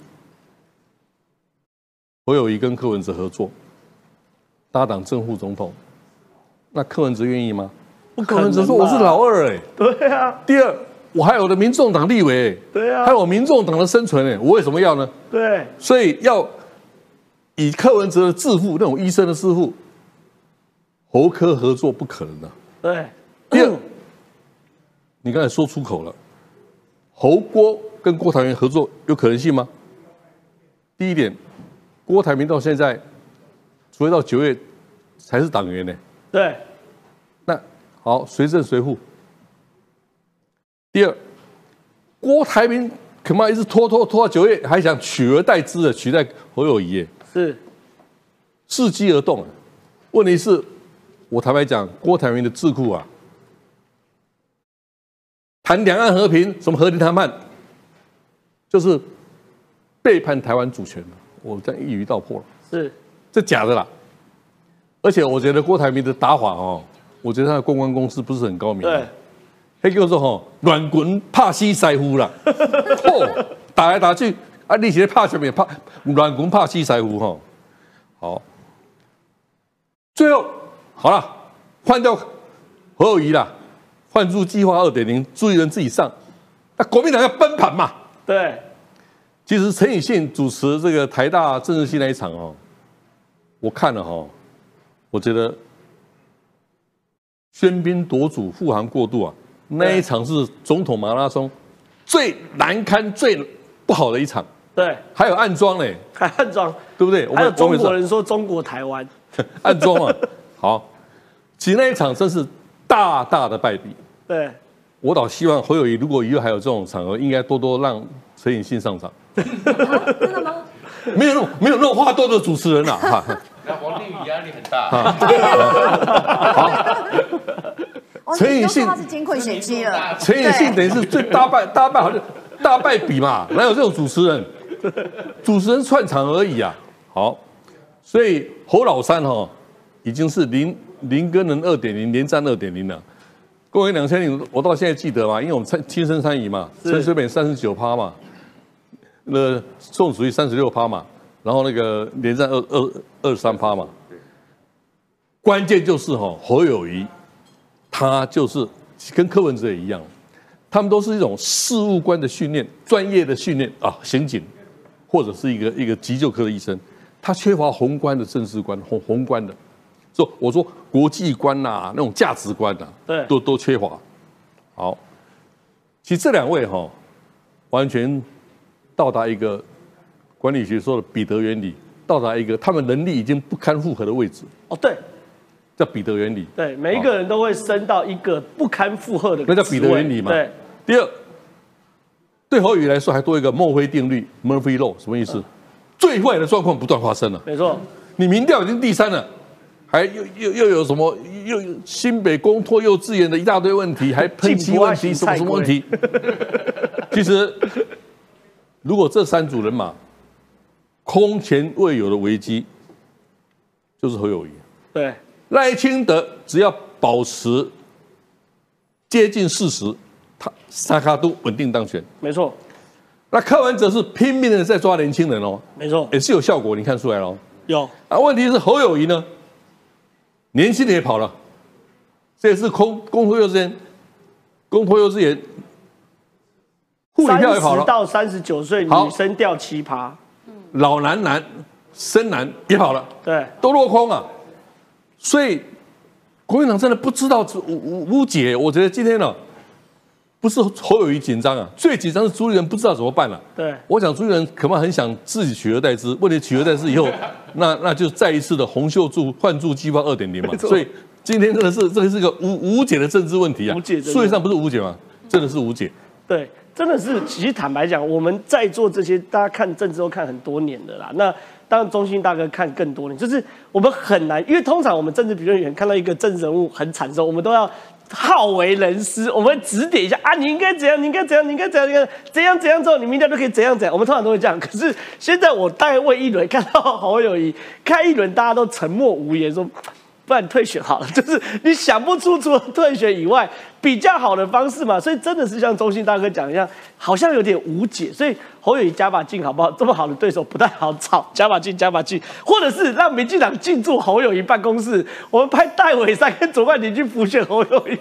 侯友宜跟柯文哲合作，搭档正副总统，那柯文哲愿意吗？柯文哲说我是老二哎， 对啊。 第二，我还有的民众党立委， 对啊， 还有民众党的生存哎，我为什么要呢？ 对， 所以要以柯文哲的自负那种医生的师傅，侯柯合作不可能的。 对。 第二，你刚才说出口了，侯郭跟郭台铭合作有可能性吗？第一点，郭台铭到现在，除非到9月才是党员呢。 对。 那好，随正随护。第二，郭台铭恐怕一直拖到9月，还想取而代之的取代侯友宜， 是伺机而动。问题是，我坦白讲，郭台铭的智库啊，谈两岸和平，什么和平谈判，就是背叛台湾主权了。我这样一语道破了， 是这假的啦。而且我觉得郭台铭的打法哦，我觉得他的公关公司不是很高明。 对。 那叫做吼软棍拍死师傅啦，吼打来打去啊！你是拍什么？拍软棍拍死师傅吼。好，最后好了，换掉侯友宜啦，换入计划2.0，朱立伦自己上。那国民党要崩盘嘛？ 对。 其实陈以信主持这个台大政治系那一场哦，我看了哈，我觉得喧宾夺主、护航过度啊。那一场是总统马拉松最难堪、最不好的一场。 对， 还有暗装嘞， 还暗装， 对不对？ 还有中国人说中国台湾暗装啊。好，其实那一场真是大大的败笔。 对， 我倒希望侯友宜如果以后还有这种场合，应该多多让陈以信上场。 真的吗？ 没有那种话多的主持人啊。 那王定宇压力很大。 好。陈以信他是金匮贤妻了。 陈以信等于是最大败，好像大败笔嘛，哪有这种主持人？主持人串场而已啊。好，所以侯老三哈已经是林跟人2.0，连战2.0了。公元2000年，我到现在记得嘛，因为我们亲身参与嘛，陈水扁39%嘛，那宋楚瑜36%嘛，然后那个连战23%嘛。关键就是侯友宜。他就是跟柯文哲也一样，他们都是一种事务官的训练、专业的训练啊，刑警或者是一个急救科的医生，他缺乏宏观的政治观、宏观的，我说国际观呐、那种价值观呐、 对， 都缺乏。好，其实这两位完全到达一个管理学说的彼得原理，到达一个他们能力已经不堪负荷的位置。 哦，对。 叫彼得原理， 对，每一个人都会升到一个不堪负荷的， 那叫彼得原理嘛。 对。 第二，对侯友宜来说还多一个墨菲定律 （Murphy Law），什么意思？最坏的状况不断发生了。 没错， 你民调已经第3了，还又有什么？又新北公托幼稚园的一大堆问题，还喷漆问题，什么问题？其实，如果这3组人马空前未有的危机，就是侯友宜。 对。 赖清德只要保持接近40%，他3卡都稳定当选。 没错。 那柯文哲是拼命的在抓年轻人哦， 没错， 也是有效果，你看出来了。 有。 啊，问题是侯友宜呢，年轻人也跑了，这也是公托幼稚园，护理票也跑了。 30到39岁女生掉7%， 老男、生男也跑了， 对， 都落空啊。所以，国民党真的不知道无解。我觉得今天呢，不是侯友宜紧张啊，最紧张是朱立伦不知道怎么办了。 对， 我想朱立伦恐怕很想自己取而代之，问题取而代之以后，那就再一次的洪秀柱换柱计划2.0嘛。所以今天真的是这是个无解的政治问题啊。 无解， 数学上不是无解吗？真的是无解。 对，真的是。其实坦白讲，我们在做这些，大家看政治都看很多年的啦。那当然，中信大哥看更多年，就是我们很难，因为通常我们政治评论员看到一个政治人物很惨的时候，我们都要好为人师，我们会指点一下啊，你应该怎样，你应该怎样，你应该怎样，怎样之后，你明天就可以怎样。我们通常都会这样。可是现在我大概问一轮，看到侯友宜看一轮，大家都沉默无言，说不然退选好了。就是你想不出除了退选以外比较好的方式嘛。所以真的是像中信大哥讲一样，好像有点无解。所以侯友宜加把劲好不好？这么好的对手不太好找，加把劲，或者是让民进党进驻侯友宜办公室，我们派戴伟山跟左冠廷去辅选侯友宜，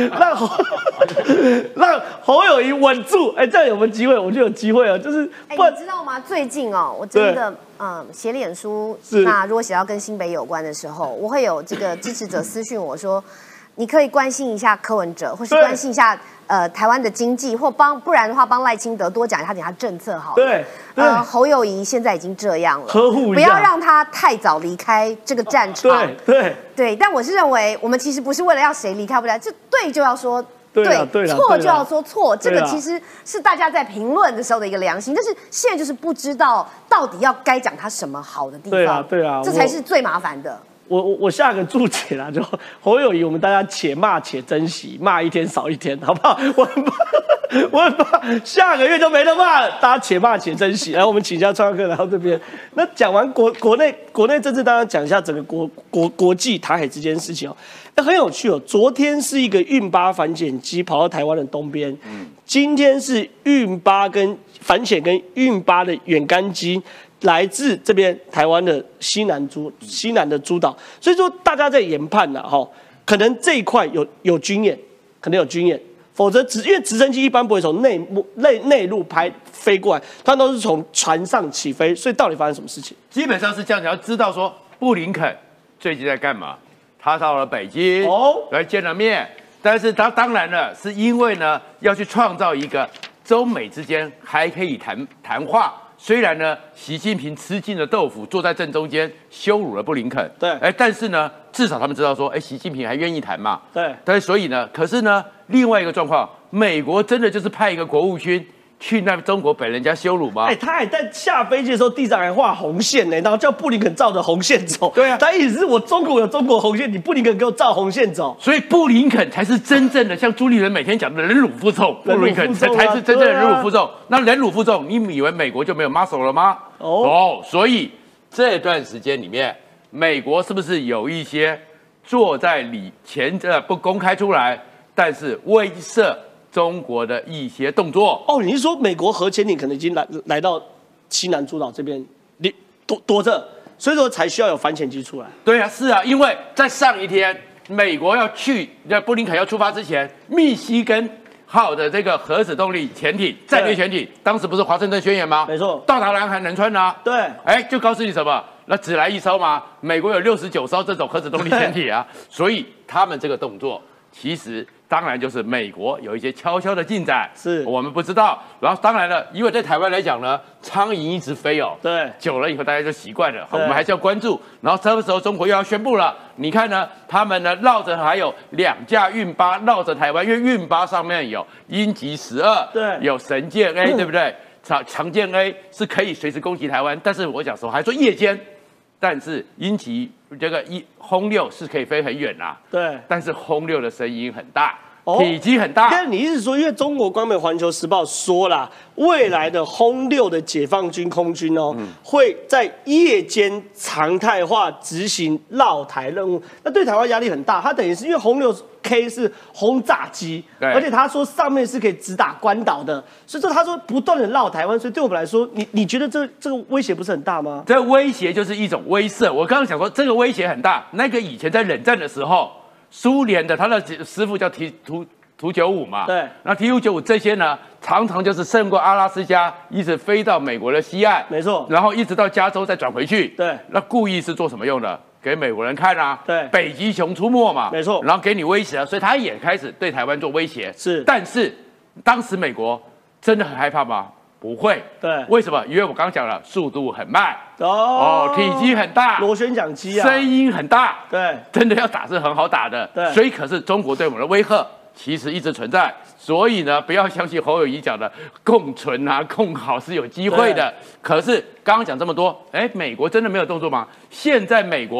让侯友宜稳住。这样有没有机会？我就有机会了。就是你知道吗？最近我真的写脸书，那如果写到跟新北有关的时候，我会有这个支持者私讯我说，你可以关心一下柯文哲，或是关心一下台湾的经济，或不然的话帮赖清德多讲一点他政策好了。对，侯友宜现在已经这样了， 呵护一下， 不要让他太早离开这个战场。对，但我是认为我们其实不是为了要谁离开不了，就对就要说。对，错就要说错，这个其实是大家在评论的时候的一个良心，但是现在就是不知道到底要该讲他什么好的地方， 对啊， 这才是最麻烦的。 我下个注解啦，就侯友宜，我们大家且骂且珍惜，骂一天少一天，好不好？我很怕下个月就没得骂了，大家且骂且珍惜。来，我们请一下创客来到这边。那讲完国内政治，当然讲一下整个国际台海之间的事情哦。那很有趣哦，昨天是一个运8反潜机跑到台湾的东边，今天是运8跟反潜跟运8的远干机。来自这边台湾的西南的诸岛，所以说大家在研判呐，可能这一块有军演，可能有军演，否则因为直升机一般不会从内陆飞过来，它都是从船上起飞，所以到底发生什么事情？ 基本上是这样，你要知道说布林肯最近在干嘛？他到了北京来见了面，但是他当然了，是因为呢要去创造一个中美之间还可以谈话。虽然呢，习近平吃尽了豆腐，坐在正中间羞辱了布林肯，但是呢，至少他们知道说，习近平还愿意谈嘛，但所以呢，可是呢，另外一个状况，美国真的就是派一个国务卿去那中国被人家羞辱吗？ 他还在下飞机的时候地上还画红线呢，然后叫布林肯照着红线走。对啊，他意思是我中国有中国红线，你布林肯给我照红线走。 所以布林肯才是真正的像朱立伦每天讲的忍辱负重，布林肯才是真正的忍辱负重。那忍辱负重，你以为美国就没有 muscle 了吗？所以这段时间里面，美国是不是有一些坐在前不公开出来，但是威慑中国的一些动作？ 你是说美国核潜艇可能已经来到西南诸岛这边躲着，所以说才需要有反潜机出来？ 对啊，是啊，因为在上一天美国要去布林肯要出发之前，密西根号的这个核子动力潜艇战略潜艇，当时不是华盛顿宣言吗？ 没错， 到达南海仁川啊。 对， 就告诉你什么？那只来一艘吗？美国有69艘这种核子动力潜艇啊，所以他们这个动作其实。当然就是美国有一些悄悄的进展， 是我们不知道。然后当然了，因为在台湾来讲呢，苍蝇一直飞对， 久了以后大家就习惯了，我们还是要关注。然后这个时候中国又要宣布了，你看呢，他们呢绕着还有2架运8绕着台湾，因为运8上面有鹰击12， 对， 有神剑 A，对不对？长剑 A 是可以随时攻击台湾，但是我讲说还说夜间。但是鹰击这个轰6是可以飞很远啦， 对， 但是轰6的声音很大，体积很大。 但是你意思说，因为中国官媒《环球时报》说啦，未来的轰6的解放军空军会在夜间常态化执行绕台任务，那对台湾压力很大。它等于是因为轰6K 是轰炸机，而且他说上面是可以直打关岛的，所以说他说不断的绕台湾，所以对我们来说，你觉得这个威胁不是很大吗？ 这威胁就是一种威慑。我刚刚讲说这个威胁很大，那个以前在冷战的时候，苏联的他的师傅叫图95嘛， 对， 那 TU95这些呢，常常就是胜过阿拉斯加，一直飞到美国的西岸， 没错， 然后一直到加州再转回去， 对， 那故意是做什么用的？给美国人看啊， 对， 北极熊出没嘛， 没错， 然后给你威胁，所以他也开始对台湾做威胁。 是， 但是当时美国真的很害怕吗？不会， 对， 为什么？因为我刚刚讲了，速度很慢，体积很大， 螺旋桨机啊， 声音很大， 对， 真的要打是很好打的， 对， 所以可是中国对我们的威吓其实一直存在，所以呢，不要相信侯友宜讲的共存啊、共好是有机会的。可是刚刚讲这么多，美国真的没有动作吗？现在美国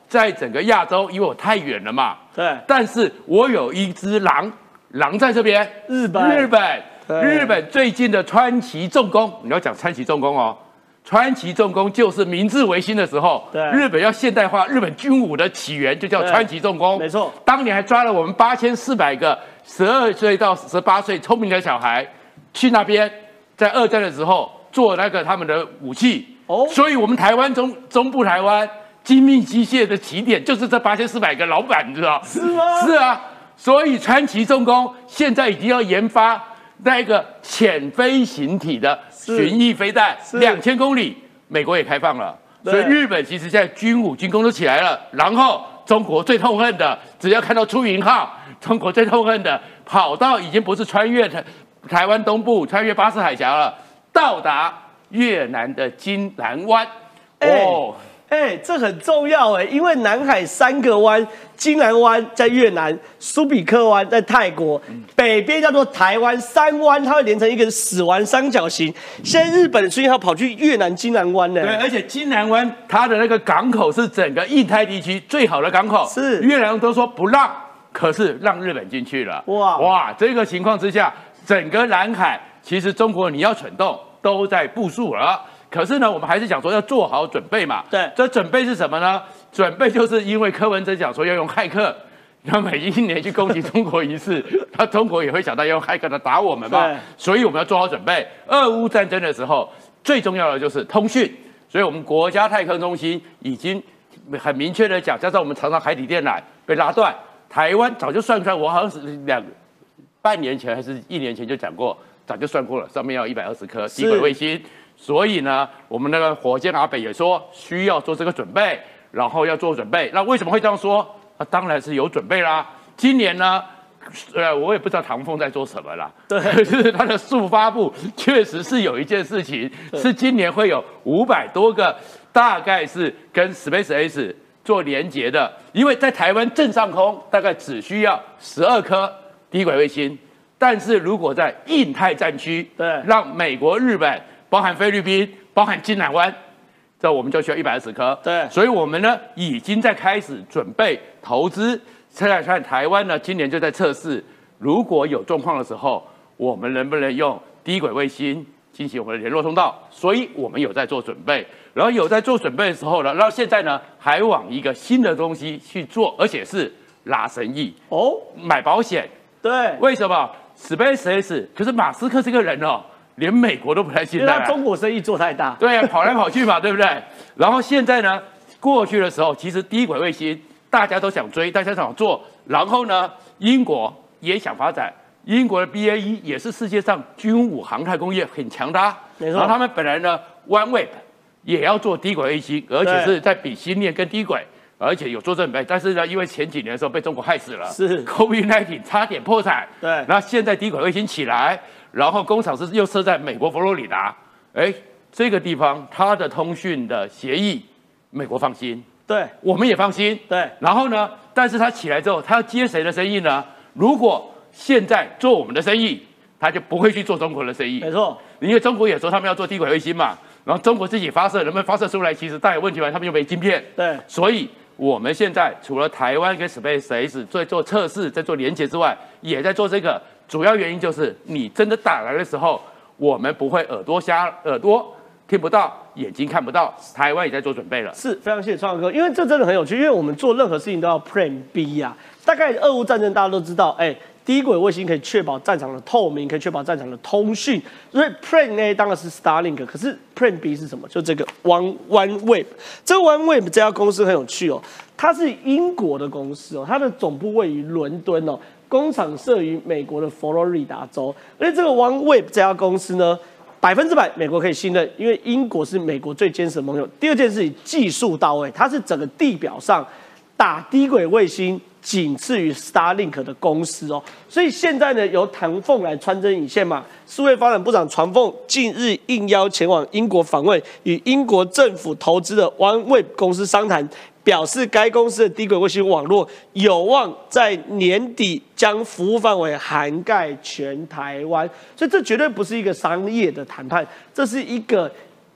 在整个亚洲，因为我太远了嘛， 对， 但是我有一只狼在这边，日本最近的川崎重工，你要讲川崎重工哦。川崎重工就是明治维新的时候，日本要现代化，日本军武的起源就叫川崎重工。 没错， 当年还抓了我们8400个12岁到18岁聪明的小孩，去那边在二战的时候做那个他们的武器。所以我们台湾中部台湾精密机械的起点就是这8400个老板，你知道？ 是吗？ 是啊，所以川崎重工现在已经要研发那个潜飞行体的巡弋飞弹，2000公里，美国也开放了，所以日本其实现在军武军工都起来了。然后中国最痛恨的，只要看到出云号，中国最痛恨的跑道已经不是穿越台湾东部，穿越巴士海峡了，到达越南的金兰湾。 这很重要因为南海3个湾，金兰湾在越南，苏比克湾在泰国，北边叫做台湾3湾，它会连成一个死环三角形。现在日本的出云号跑去越南金兰湾呢， 对，而且金兰湾它的那个港口是整个印太地区最好的港口， 是越南都说不让，可是让日本进去了。哇，这个情况之下，整个南海其实中国你要蠢动都在部署了。可是呢，我们还是讲说要做好准备嘛。 对， 这准备是什么呢？准备就是因为柯文哲讲说要用骇客，要每一年去攻击中国一次，那中国也会想到要用骇客来打我们嘛。所以我们要做好准备。俄乌战争的时候，最重要的就是通讯，所以我们国家太空中心已经很明确的讲，加上我们常常海底电缆被拉断，台湾早就算出来，我好像是半年前还是1年前就讲过，早就算过了，上面要120颗低轨卫星。所以呢，我们那个火箭阿北也说需要做这个准备，然后要做准备。那为什么会这样说？当然是有准备啦。今年呢，我也不知道唐凤在做什么啦。对，就是他的速发部确实是有一件事情，是今年会有500多个，大概是跟 SpaceX 做连结的。因为在台湾正上空大概只需要12颗低轨卫星，但是如果在印太战区，让美国、日本包含菲律宾，包含金兰湾，这我们就需要120颗。 对， 所以我们呢已经在开始准备投资。现在看台湾呢，今年就在测试，如果有状况的时候，我们能不能用低轨卫星进行我们的联络通道？所以我们有在做准备，然后有在做准备的时候呢，然后现在呢还往一个新的东西去做，而且是拉生意买保险。 对， 为什么 SpaceX？ 可是马斯克这个人连美国都不太信赖， 因为他中国生意做太大， 对啊，跑来跑去嘛，对不对？然后现在呢，过去的时候，其实低轨卫星大家都想追，大家想做，然后呢，英国也想发展，英国的 BAE 也是世界上军武航太工业很强的， 没错。 然后他们本来呢 ，OneWeb 也要做低轨卫星，而且是在比星链跟低轨，而且有做准备，但是呢，因为前几年的时候被中国害死了， 是 COVID-19 差点破产， 对。 然后现在低轨卫星起来。然后工厂是又设在美国佛罗里达，这个地方它的通讯的协议，美国放心， 对， 我们也放心， 对。 然后呢，但是它起来之后，它要接谁的生意呢？如果现在做我们的生意，他就不会去做中国的生意， 没错。 因为中国也说他们要做低轨卫星嘛，然后中国自己发射能不能发射出来，其实大有问题嘛，他们又没晶片， 对。 所以我们现在除了台湾跟 SpaceX 在做测试，在做连结之外，也在做这个。主要原因就是你真的打来的时候，我们不会耳朵听不到，眼睛看不到。台湾也在做准备了， 是非常谢谢创哥，因为这真的很有趣，因为我们做任何事情都要 Plan B 啊。大概俄乌战争大家都知道，低轨卫星可以确保战场的透明，可以确保战场的通讯，所以 Plan A 当然是 Starlink， 可是 Plan B 是什么？就这个 OneWeb。这个 OneWeb 这家公司很有趣它是英国的公司它的总部位于伦敦工厂设于美国的佛罗里达州，而且这个 OneWeb 这家公司呢，100%美国可以信任，因为英国是美国最坚实的盟友。第二件事情，技术到位，它是整个地表上打低轨卫星仅次于 Starlink 的公司所以现在呢，由唐凤来穿针引线嘛。数位发展部长传凤近日应邀前往英国访问，与英国政府投资的 OneWeb 公司商谈。表示该公司的低轨卫星网络有望在年底将服务范围涵盖全台湾，所以这绝对不是一个商业的谈判，这是一个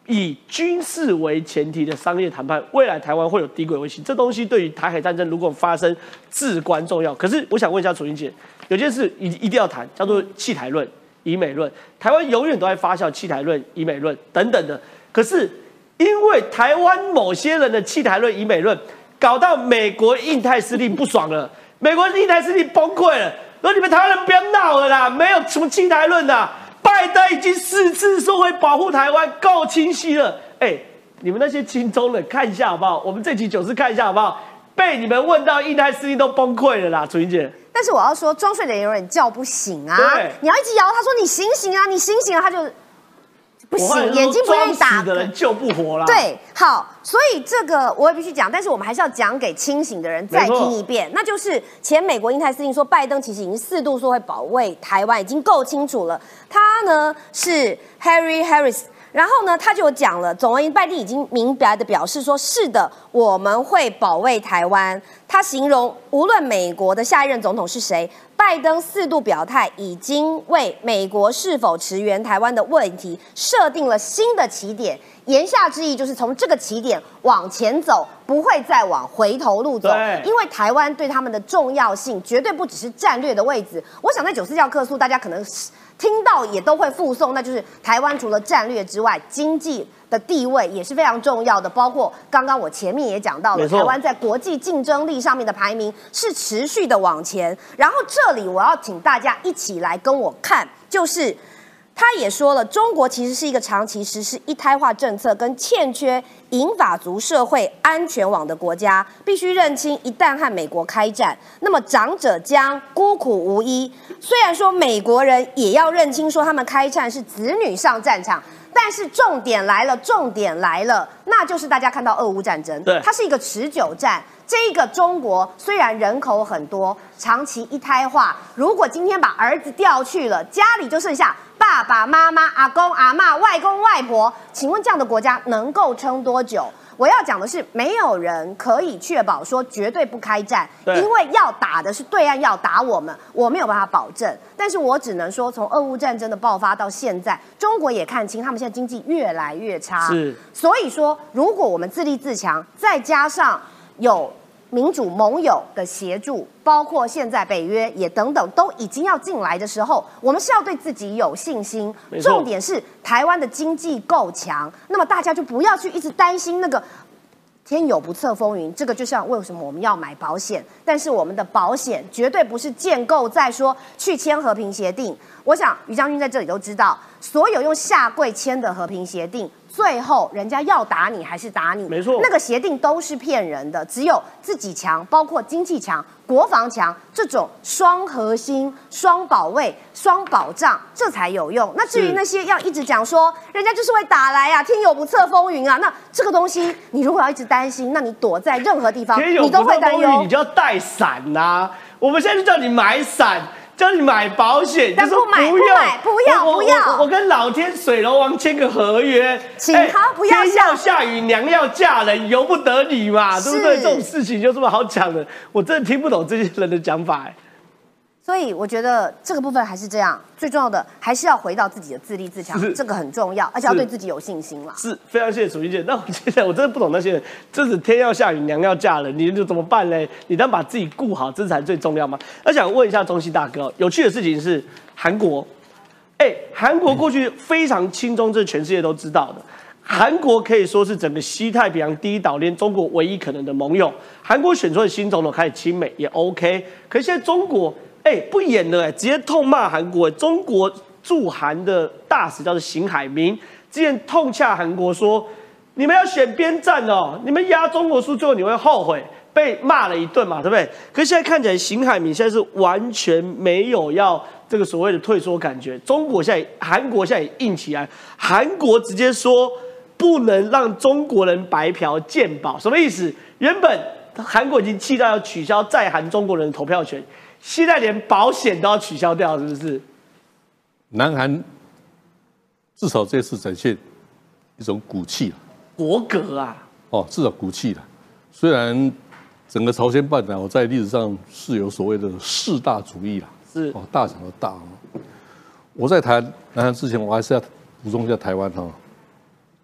以军事为前提的商业谈判，未来台湾会有低轨卫星，这东西对于台海战争如果发生至关重要。可是我想问一下楚英姐，有件事一定要谈，叫做弃台论、以美论。台湾永远都在发酵弃台论、以美论等等的。可是因为台湾某些人的弃台论、以美论，搞到美国印太司令不爽了，美国印太司令崩溃了，说你们台湾人不要闹了啦，没有什么弃台论啦。拜登已经4次说会保护台湾，够清晰了。你们那些亲中人看一下好不好？我们这集9次看一下好不好？被你们问到印太司令都崩溃了啦，楚英姐。 但是我要说，装睡的人有点叫不醒啊！你要一直摇他说你醒醒啊，你醒醒啊，他就不行，眼睛不愿意打。 装死的人救不活啦。 对，好，所以这个我也必须讲，但是我们还是要讲给清醒的人再听一遍，那就是前美国印太司令说，拜登其实已经4度说会保卫台湾，已经够清楚了。他呢是 Harry Harris。然后呢，他就讲了，总而言之，拜登已经明白的表示说，是的，我们会保卫台湾。他形容，无论美国的下一任总统是谁，拜登4度表态，已经为美国是否驰援台湾的问题设定了新的起点。言下之意就是从这个起点往前走，不会再往回头路走。因为台湾对他们的重要性绝对不只是战略的位置。我想在94教科书，大家可能听到也都会附送，那就是台湾除了战略之外，经济的地位也是非常重要的。包括刚刚我前面也讲到了，台湾在国际竞争力上面的排名是持续的往前。然后这里我要请大家一起来跟我看，就是他也说了，中国其实是一个长期实施一胎化政策跟欠缺银发族社会安全网的国家，必须认清，一旦和美国开战，那么长者将孤苦无依。虽然说美国人也要认清，说他们开战是子女上战场，但是重点来了，那就是大家看到俄乌战争，它是一个持久战。这个中国虽然人口很多，长期一胎化，如果今天把儿子调去了，家里就剩下爸爸妈妈、阿公阿嬷、外公外婆，请问这样的国家能够撑多久？我要讲的是，没有人可以确保说绝对不开战，因为要打的是对岸要打我们，我没有办法保证。但是我只能说，从俄乌战争的爆发到现在，中国也看清他们现在经济越来越差。所以说，如果我们自立自强，再加上有民主盟友的协助，包括现在北约也等等都已经要进来的时候，我们是要对自己有信心。重点是台湾的经济够强，那么大家就不要去一直担心那个天有不测风云。这个就像为什么我们要买保险，但是我们的保险绝对不是建构在说去签和平协定。我想于将军在这里都知道，所有用下跪签的和平协定，最后人家要打你还是打你，没错，那个协定都是骗人的。只有自己强，包括经济强、国防强，这种双核心、双保卫、双保障，这才有用。那至于那些要一直讲说人家就是会打来啊，天有不测风云啊，那这个东西你如果要一直担心，那你躲在任何地方你都会担忧。 你就要带伞啊！我们现在就叫你买伞。叫你买保险， 但不买，不要！ 我跟老天水龙王签个合约， 请他不要天要下雨，娘要嫁人，由不得你嘛，对不对？这种事情就这么好讲的，我真的听不懂这些人的讲法。 所以我觉得这个部分还是这样，最重要的还是要回到自己的自立自强，这个很重要，而且要对自己有信心啦。 是非常谢谢楚英姐。那我现在我真的不懂那些人，这是天要下雨，娘要嫁人，你就怎么办嘞？你当把自己顾好，这才最重要吗？而想问一下中信大哥，有趣的事情是韩国，韩国过去非常亲中，这全世界都知道的。韩国可以说是整个西太平洋第一岛链中国唯一可能的盟友。韩国选出的新总统开始亲美也 OK， 可是现在中国。不演了，直接痛骂韩国。中国驻韩的大使叫做邢海明，之前痛洽韩国说：“你们要选边站哦，你们压中国输，最后你会后悔。”被骂了一顿嘛，对不对？可是现在看起来，邢海明现在是完全没有要这个所谓的退缩感觉。韩国现在也硬起来，韩国直接说不能让中国人白嫖健保，什么意思？原本韩国已经气到要取消在韩中国人的投票权。现在连保险都要取消掉，是不是？ 南韩至少这次展现一种骨气了， 国格啊！ 至少骨气了。虽然整个朝鲜半岛在历史上是有所谓的士大主义啦， 是大小的大。我在谈南韩之前，我还是要补充一下台湾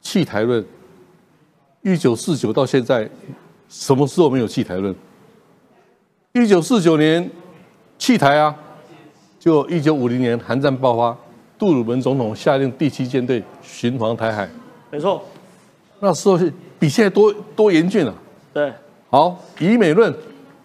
弃台论，1949到现在，什么时候没有弃台论？1949年弃台啊，就1950年韩战爆发，杜鲁门总统下令第7舰队巡防台海， 没错， 那时候是比现在多严峻啊。 对， 好，以美论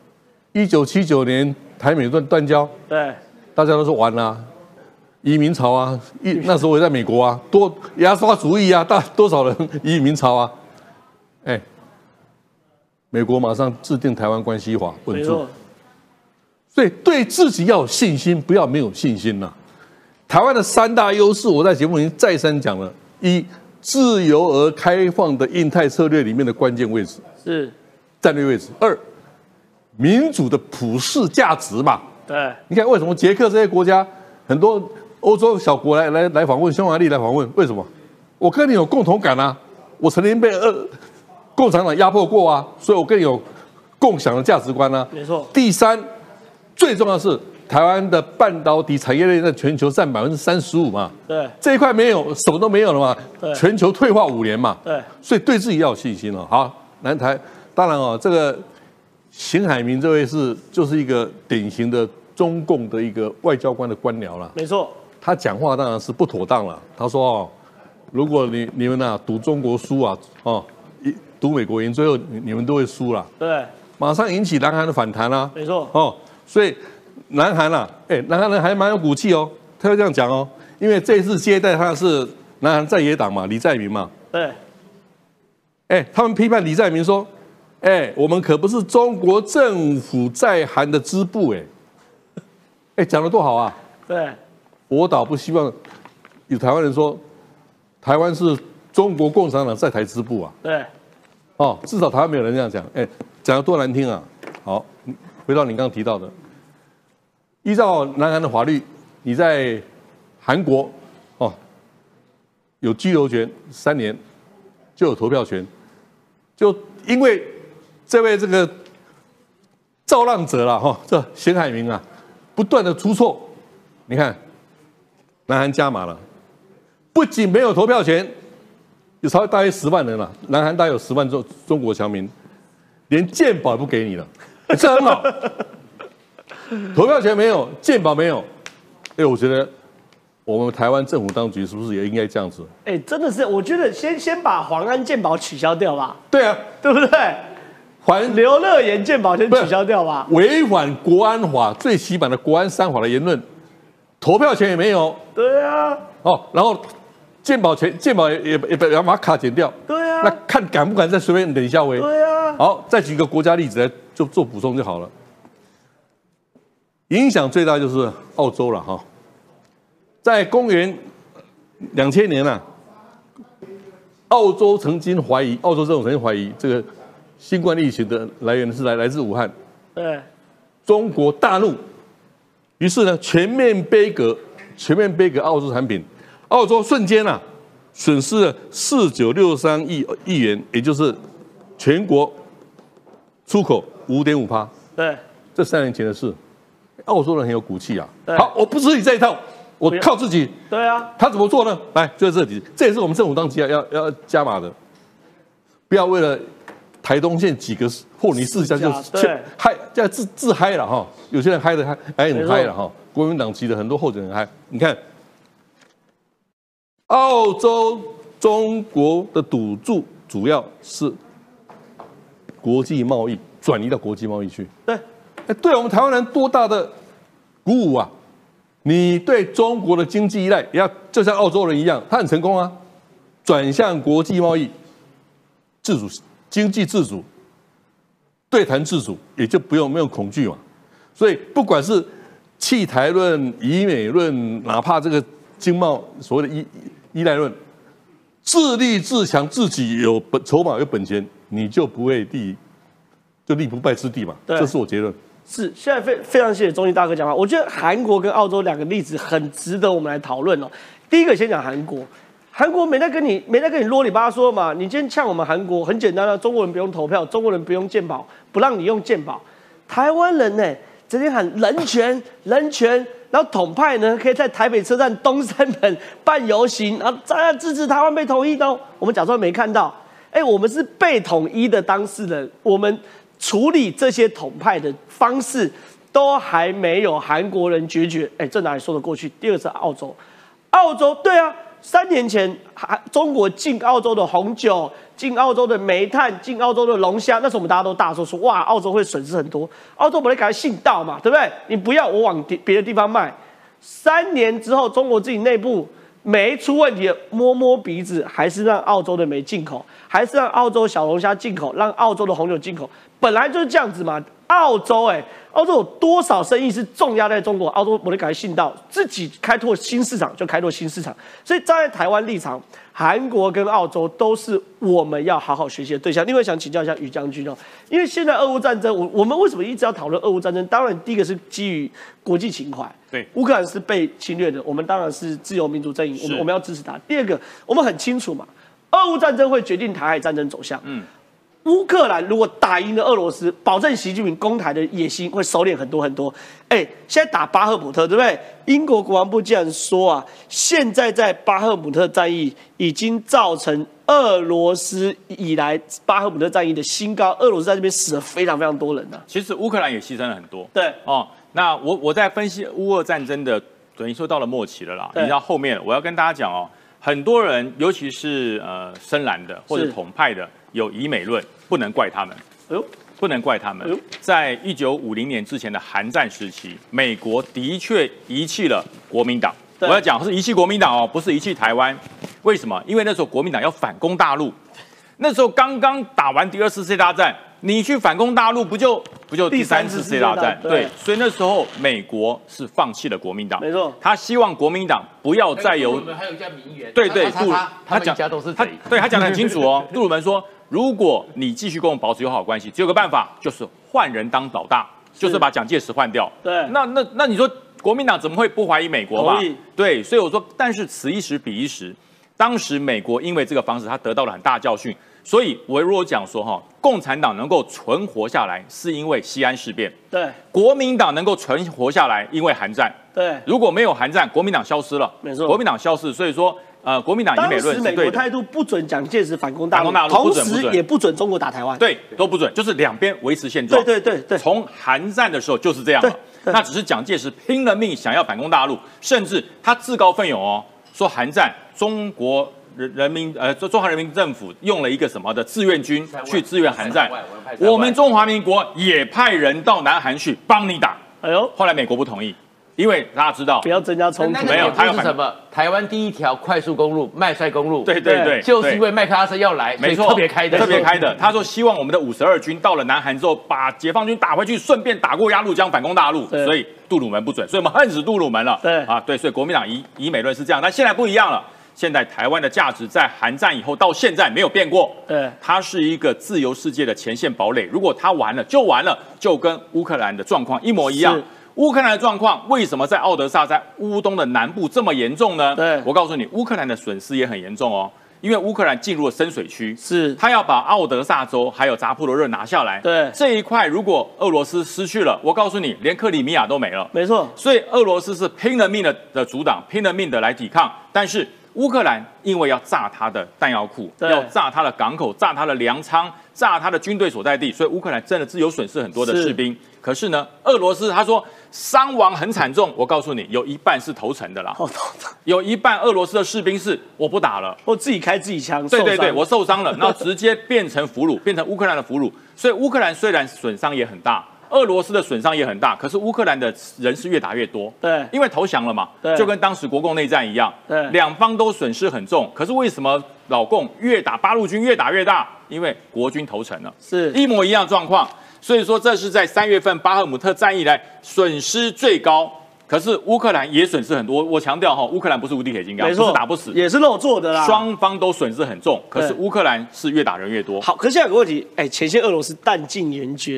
，1979年台美断交， 对， 大家都说完了。移民潮啊，那时候我也在美国啊，多牙刷主义啊，多少人移民潮啊？哎，美国马上制定台湾关系法，稳住。所以对自己要有信心，不要没有信心呐。台湾的3大优势，我在节目里再三讲了：一，自由而开放的印太策略里面的关键位置， 是战略位置；二，民主的普世价值嘛。 对， 你看为什么捷克这些国家很多？欧洲小国来访问，匈牙利来访问，为什么？我跟你有共同感啊！我曾经被共产党压迫过啊，所以我跟你有共享的价值观啊。 没错。 第三，最重要的是台湾的半导体产业链在全球占35%嘛。 对。 这一块没有，什么都没有了嘛。 对。 全球退化5年嘛。 对。 所以对自己要有信心哦。好，南台，当然哦，这个邢海明这位就是一个典型的中共的一个外交官的官僚了。 没错。 他讲话当然是不妥当了。他说：“哦，如果你们啊赌中国输啊，哦，赌美国赢，最后你们都会输了。” 对， 马上引起南韩的反弹啊。 没错。 哦，所以南韩啊，南韩人还蛮有骨气哦，他会这样讲哦，因为这一次接待他是南韩在野党嘛，李在明嘛。 对。 他们批判李在明说：“我们可不是中国政府在韩的支部讲得多好啊。” 对。 我倒不希望有台湾人说，台湾是中国共产党在台支部啊。 对。 哦，至少台湾没有人这样讲。讲得多难听啊！好，回到你刚刚提到的，依照南韩的法律，你在韩国有居留权3年，就有投票权。就因为这位这个造浪者啦，这邢海明啊，不断的出错，你看。南韩加码了，不仅没有投票权，有大约10万人了。南韩大约有10万中国侨民，连健保也不给你了，这很好。投票权没有，健保没有，我觉得我们台湾政府当局是不是也应该这样子？ 真的是，我觉得先把黄安健保取消掉吧。 对啊， 对不对？刘乐言健保先取消掉吧。 违反国安法最起码的国安3法的言论。投票权也没有， 对啊， 然后健保也要把卡剪掉， 对啊， 那看敢不敢再随便等一下喂， 对啊， 好，再举个国家例子来就做补充就好了。影响最大就是澳洲了哈，在公元2000年啊，澳洲政府曾经怀疑这个新冠疫情的来源是来自武汉， 对， 中国大怒。于是呢，全面杯葛澳洲产品，澳洲瞬间损失了4963亿元，也就是全国出口5.5%。 对， 这3年前的事，澳洲人很有骨气啊。好，我不吃你这一套，我靠自己。对啊，他怎么做呢？来，就在这里，这也是我们政府当局要加码的，不要为了台东县几个霍尼世家就嗨，这自嗨了哈。有些人嗨的还很嗨了哈。国民党籍的很多候选人嗨，你看，澳洲中国的赌注主要是国际贸易，转移到国际贸易去。对，对我们台湾人多大的鼓舞啊！你对中国的经济依赖，也要就像澳洲人一样，他很成功啊，转向国际贸易，自主。经济自主，对谈自主，也就没有恐惧嘛。所以不管是弃台论、以美论，哪怕这个经贸所谓的依赖论，自立自强，自己有筹码有本钱，你就不会立不败之地嘛。这是我结论。是，现在非常谢谢中信大哥讲话。我觉得韩国跟澳洲2个例子很值得我们来讨论哦。第一个先讲韩国。韩国没在跟你啰里吧嗦嘛？你今天呛我们韩国很简单啊，中国人不用投票，中国人不用健保，不让你用健保。台湾人呢， 整天喊人权人权，然后统派呢可以在台北车站东三门办游行，然后大家支持台湾被统一的，我们假装没看到。我们是被统一的当事人，我们处理这些统派的方式都还没有韩国人决绝。这哪里说得过去？第二个是澳洲，对啊，3年前中国进澳洲的红酒、进澳洲的煤炭、进澳洲的龙虾，那时候我们大家都大说哇，澳洲会损失很多，澳洲本来赶快信道嘛，对不对？你不要我往别的地方卖。3年之后，中国自己内部煤出问题了，摸鼻子，还是让澳洲的煤进口，还是让澳洲小龙虾进口，让澳洲的红酒进口，本来就是这样子嘛。澳洲有多少生意是重压在中国？澳洲我得赶快信道，自己开拓新市场就开拓新市场。所以站在台湾立场，韩国跟澳洲都是我们要好好学习的对象。另外想请教一下于将军因为现在俄乌战争，我们为什么一直要讨论俄乌战争？当然第一个是基于国际情怀， 对， 乌克兰是被侵略的，我们当然是自由民主阵营，我们要支持他。第二个，我们很清楚嘛，俄乌战争会决定台海战争走向。乌克兰如果打赢了俄罗斯，保证习近平攻台的野心会收敛很多很多。现在打巴赫姆特，对不对？英国国防部竟然说现在在巴赫姆特战役已经造成俄罗斯以来巴赫姆特战役的新高，俄罗斯在这边死了非常非常多人其实乌克兰也牺牲了很多。 对那我在分析乌俄战争的，等于说到了末期了啦。你到后面我要跟大家讲很多人，尤其是深蓝的或者统派的，有以美论，不能怪他们。不能怪他们。在1950年之前的韩战时期，美国的确遗弃了国民党。我要讲是遗弃国民党不是遗弃台湾。为什么？因为那时候国民党要反攻大陆，那时候刚刚打完第2次世界大战，你去反攻大陆，不就第3次世界大战？对，所以那时候美国是放弃了国民党， 没错， 他希望国民党不要再有。 杜鲁门还有一家名言， 对， 他们家都是贼。 他讲得很清楚杜鲁门说，如果你继续跟我们保持友好关系，只有个办法，就是换人当老大，就是把蒋介石换掉。 对， 那你说国民党怎么会不怀疑美国嘛？对，所以我说，但是此一时彼一时，当时美国因为这个方式，他得到了很大教训。所以我如果讲说共产党能够存活下来，是因为西安事变。 对， 国民党能够存活下来，因为韩战。 对， 如果没有韩战，国民党消失了。 没错， 国民党消失，所以说国民党以美论是对的。 当时美国态度不准蒋介石反攻大陆，同时也不准中国打台湾。 对，都不准，就是两边维持现状。 对。 从韩战的时候就是这样了。那只是蒋介石拼了命想要反攻大陆，甚至他自告奋勇说韩战中华人民政府用了一个什么的志愿军去支援韩战，我们中华民国也派人到南韩去帮你打。后来美国不同意，因为大家知道不要增加冲突。 没有，他是什么？台湾第一条快速公路麦帅公路。 对， 就是因为麦克阿瑟要来， 没错， 特别开的。 他说希望我们的52军到了南韩之后，把解放军打回去，顺便打过鸭绿江，反攻大陆。所以杜鲁门不准，所以我们恨死杜鲁门了。对，所以国民党以美论是这样，但现在不一样了。现在台湾的价值在韩战以后到现在没有变过，它是一个自由世界的前线堡垒。如果它完了，就跟乌克兰的状况一模一样。乌克兰的状况为什么在奥德萨，在乌东的南部这么严重呢？我告诉你，乌克兰的损失也很严重因为乌克兰进入了深水区，他要把奥德萨州还有扎波罗热拿下来。这一块如果俄罗斯失去了，我告诉你，连克里米亚都没了。 没错， 所以俄罗斯是拼了命的阻挡，拼了命的来抵抗，但是乌克兰因为要炸他的弹药库，要炸他的港口，炸他的粮仓，炸他的军队所在地，所以乌克兰真的是有损失很多的士兵。可是呢，俄罗斯他说伤亡很惨重，我告诉你，有一半是投诚的啦，有一半俄罗斯的士兵是我不打了， 我自己开自己枪， 对，我受伤了，然后直接变成俘虏，变成乌克兰的俘虏。所以乌克兰虽然损伤也很大。俄罗斯的损伤也很大，可是乌克兰的人是越打越多，因为投降了嘛，就跟当时国共内战一样，两方都损失很重。可是为什么老共越打八路军越打越大？因为国军投诚了， 是一模一样的状况。所以说这是在3月份巴赫姆特战役来损失最高。可是乌克兰也损失很多，我强调乌克兰不是无敌铁金刚，不是打不死， 也是肉做的啦。 双方都损失很重，可是乌克兰是越打人越多。 好，可是现在有个问题，前线俄罗斯弹尽援绝，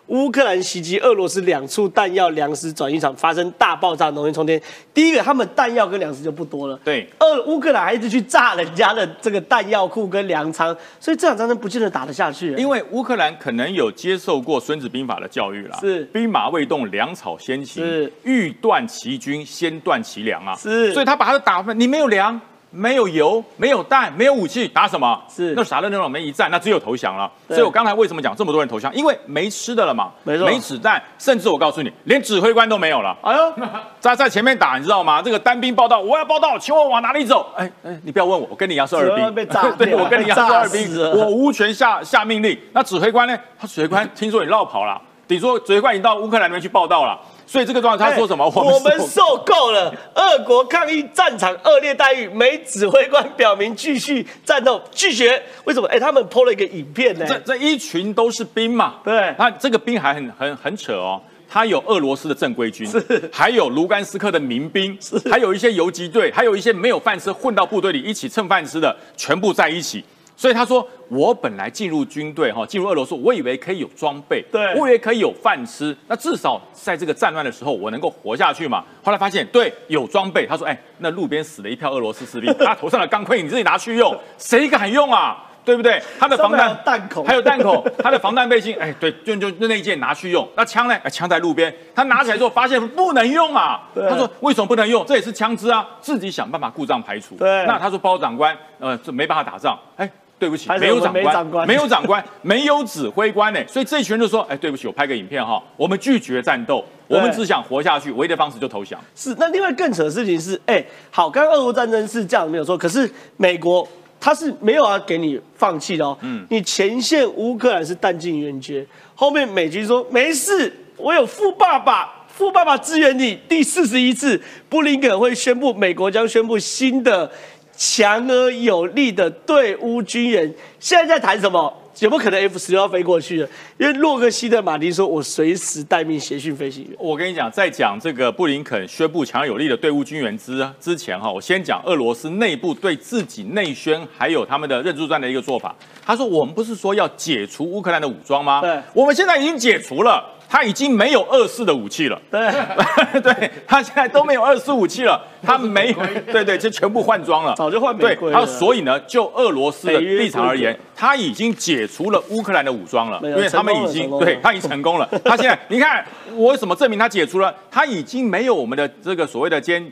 乌克兰袭击俄罗斯2处弹药粮食转运场发生大爆炸，浓烟冲天。第一个，他们弹药跟粮食就不多了。 对， 乌克兰还一直去炸人家的这个弹药库跟粮仓，所以这场战争不见得打得下去。 因为乌克兰可能有接受过《孙子兵法》的教育啦， 是兵马未动，粮草先行， 是欲断其军，先断其粮啊。 是， 所以他把他的打分，你没有粮。没有油，没有弹，没有武器，打什么？ 是那傻的那种没一战，那只有投降了。所以我刚才为什么讲这么多人投降？因为没吃的了嘛，没子弹，甚至我告诉你，连指挥官都没有了。哎呦，在前面打，你知道吗？这个单兵报道，我要报道，请问往哪里走？哎，你不要问我，我跟你一样是二兵，对，我跟你一样是二兵，我无权下命令。那指挥官呢？他指挥官听说你落跑了，你说指挥官已经到乌克兰那边去报道了。所以这个状况，他说什么？ 我们受够了，俄国抗议战场恶劣待遇，美指挥官表明继续战斗，拒绝。为什么？他们 po 了一个影片呢？ 这一群都是兵嘛， 对， 那这个兵还很扯哦。他有俄罗斯的正规军，还有卢甘斯克的民兵，还有一些游击队，还有一些没有饭吃混到部队里一起蹭饭吃的，全部在一起。所以他说，我本来进入军队进入俄罗斯，我以为可以有装备， 对， 我以为可以有饭吃，那至少在这个战乱的时候，我能够活下去嘛。后来发现，对，有装备。他说，那路边死了一票俄罗斯士兵，他头上的钢盔你自己拿去用，谁敢用啊？对不对？他的防弹弹孔还有弹孔，他的防弹背心，对，就那一件拿去用。那枪呢？枪在路边，他拿起来之后发现不能用啊。他说为什么不能用？这也是枪支啊，自己想办法故障排除。 对， 那他说包长官，这没办法打仗。对不起，没有长官，没有长官，没有指挥官呢。所以这一群人就说，对不起，我拍个影片我们拒绝战斗，我们只想活下去，唯一的方式就投降。 是，那另外更扯的事情是，好，刚刚俄乌战争是这样没有错，可是美国他是没有要给你放弃的哦。你前线乌克兰是弹尽援绝，后面美军说没事，我有富爸爸支援你。第41次布林肯会宣布，美国将宣布新的强而有力的对乌军援。现在在谈什么？有没有可能 F-16要飞过去了？因为洛克希德马丁说，我随时待命协训飞行员。 我跟你讲，在讲这个布林肯宣布强而有力的对乌军援之前我先讲俄罗斯内部对自己内宣还有他们的认知战的一个做法。他说，我们不是说要解除乌克兰的武装吗？ 对， 我们现在已经解除了。他已经没有24的武器了，对，他现在都没有24武器了，他没有，对，这全部换装了， 早就换玫瑰了。 他所以呢，就俄罗斯的立场而言，他已经解除了乌克兰的武装了，因为他们已经他已经成功了。他现在你看，我怎么证明他解除了？他已经没有我们的这个所谓的歼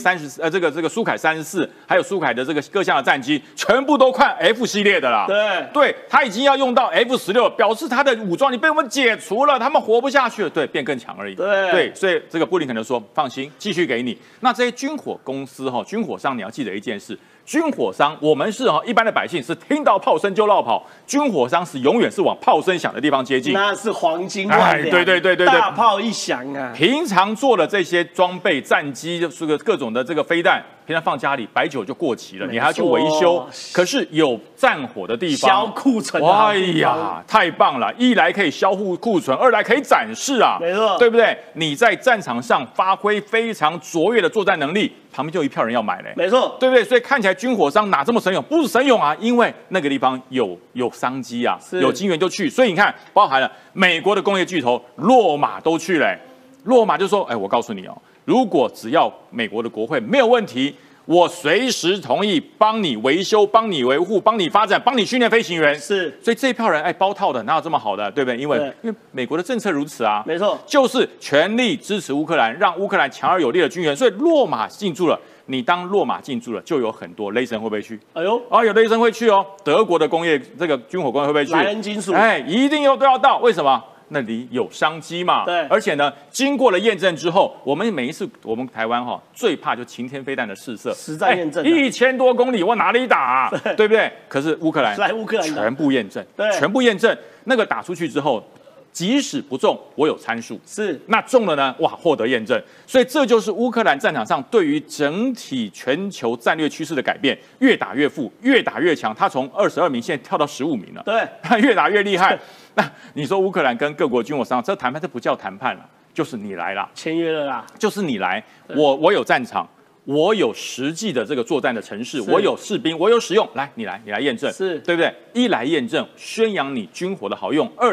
30这个苏凯34，还有苏凯的这个各项的战机，全部都换 F 系列的啦。对，他已经要用到 F-16，表示他的武装你被我们解除了，他们活不下去了，对，变更强而已。对，所以这个布林肯就说，放心，继续给你。那这些军火公司军火商，你要记得一件事。军火商，我们是一般的百姓是听到炮声就绕跑，军火商是永远是往炮声响的地方接近， 那是黄金万两。 对， 大炮一响啊！ 平常做的这些装备、战机，这个各种的这个飞弹，平常放家里摆久就过期了，你还要去维修。可是有战火的地方， 销库存。 哎呀，太棒了！一来可以销户库存，二来可以展示啊， 没错， 对不对？你在战场上发挥非常卓越的作战能力。旁边就有一票人要买嘞， 没错， 对不对？所以看起来军火商哪这么神勇？不是神勇啊，因为那个地方有商机啊，有金源就去。所以你看，包含了美国的工业巨头洛马都去嘞。洛马就说：“我告诉你如果只要美国的国会没有问题，我随时同意帮你维修、帮你维护、帮你发展、帮你训练飞行员。” 是， 所以这一票人包套的，哪有这么好的，对不对？因为美国的政策如此啊， 没错， 就是全力支持乌克兰，让乌克兰强而有力的军援。所以洛马进驻了，你当洛马进驻了，就有很多雷神会不会去？有雷神会去德国的工业这个军火工业会不会去？ 莱恩金属， 一定都要到。为什么？那里有商机嘛？ 对， 而且呢，经过了验证之后，我们每一次我们台湾最怕就晴天飞弹的试射， 实战验证 1000多公里，我哪里打对不对？可是乌克兰全部验证，全部验证，那个打出去之后。即使不中，我有参数， 是那中了呢？哇，获得验证，所以这就是乌克兰战场上对于整体全球战略趋势的改变，越打越富，越打越强。他从22名现在跳到15名了， 对， 他越打越厉害。那你说乌克兰跟各国军火商这谈判，这不叫谈判了，就是你来啦， 签约了啦， 就是你来，我有战场。我有实际的这个作战的程式，我有士兵，我有使用，来，你来验证， 是对不对？一来验证，宣扬你军火的好用；二来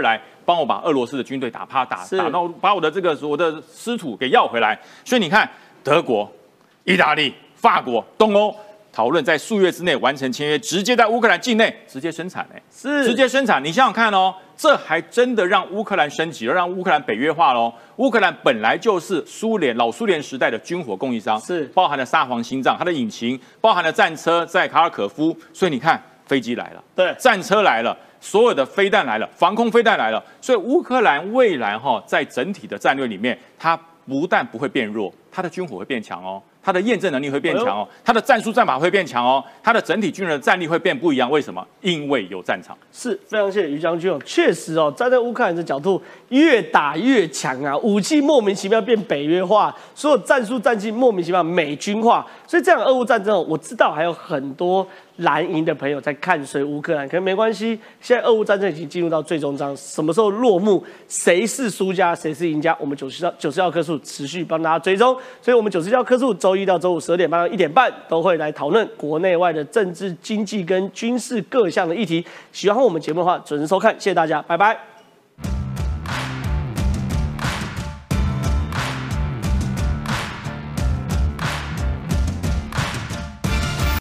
帮我把俄罗斯的军队打到，把我的失土给要回来。所以你看，德国、意大利、法国、东欧讨论在数月之内完成签约，直接在乌克兰境内直接生产，直接生产。你想想看哦，这还真的让乌克兰升级了，让乌克兰北约化喽。乌克兰本来就是老苏联时代的军火供应商，包含了沙皇心脏，它的引擎，包含了战车在卡尔可夫。所以你看，飞机来了，对，战车来了。所有的飞弹来了，防空飞弹来了，所以乌克兰未来在整体的战略里面，它不但不会变弱，它的军火会变强哦，它的验证能力会变强哦，它的战术战法会变强哦，它的整体军人的战力会变不一样。为什么？因为有战场。 是非常谢谢于将军哦，确实哦，站在乌克兰的角度，越打越强啊，武器莫名其妙变北约化，所有战术战绩莫名其妙美军化，所以这样俄乌战争，我知道还有很多蓝营的朋友在看衰乌克兰，可是没关系，现在俄乌战争已经进入到最终章，什么时候落幕，谁是输家，谁是赢家，我们90教科书持续帮大家追踪，所以我们90教科书周一到周五12点半到1点半都会来讨论国内外的政治、经济跟军事各项的议题。喜欢我们节目的话，准时收看，谢谢大家，拜拜。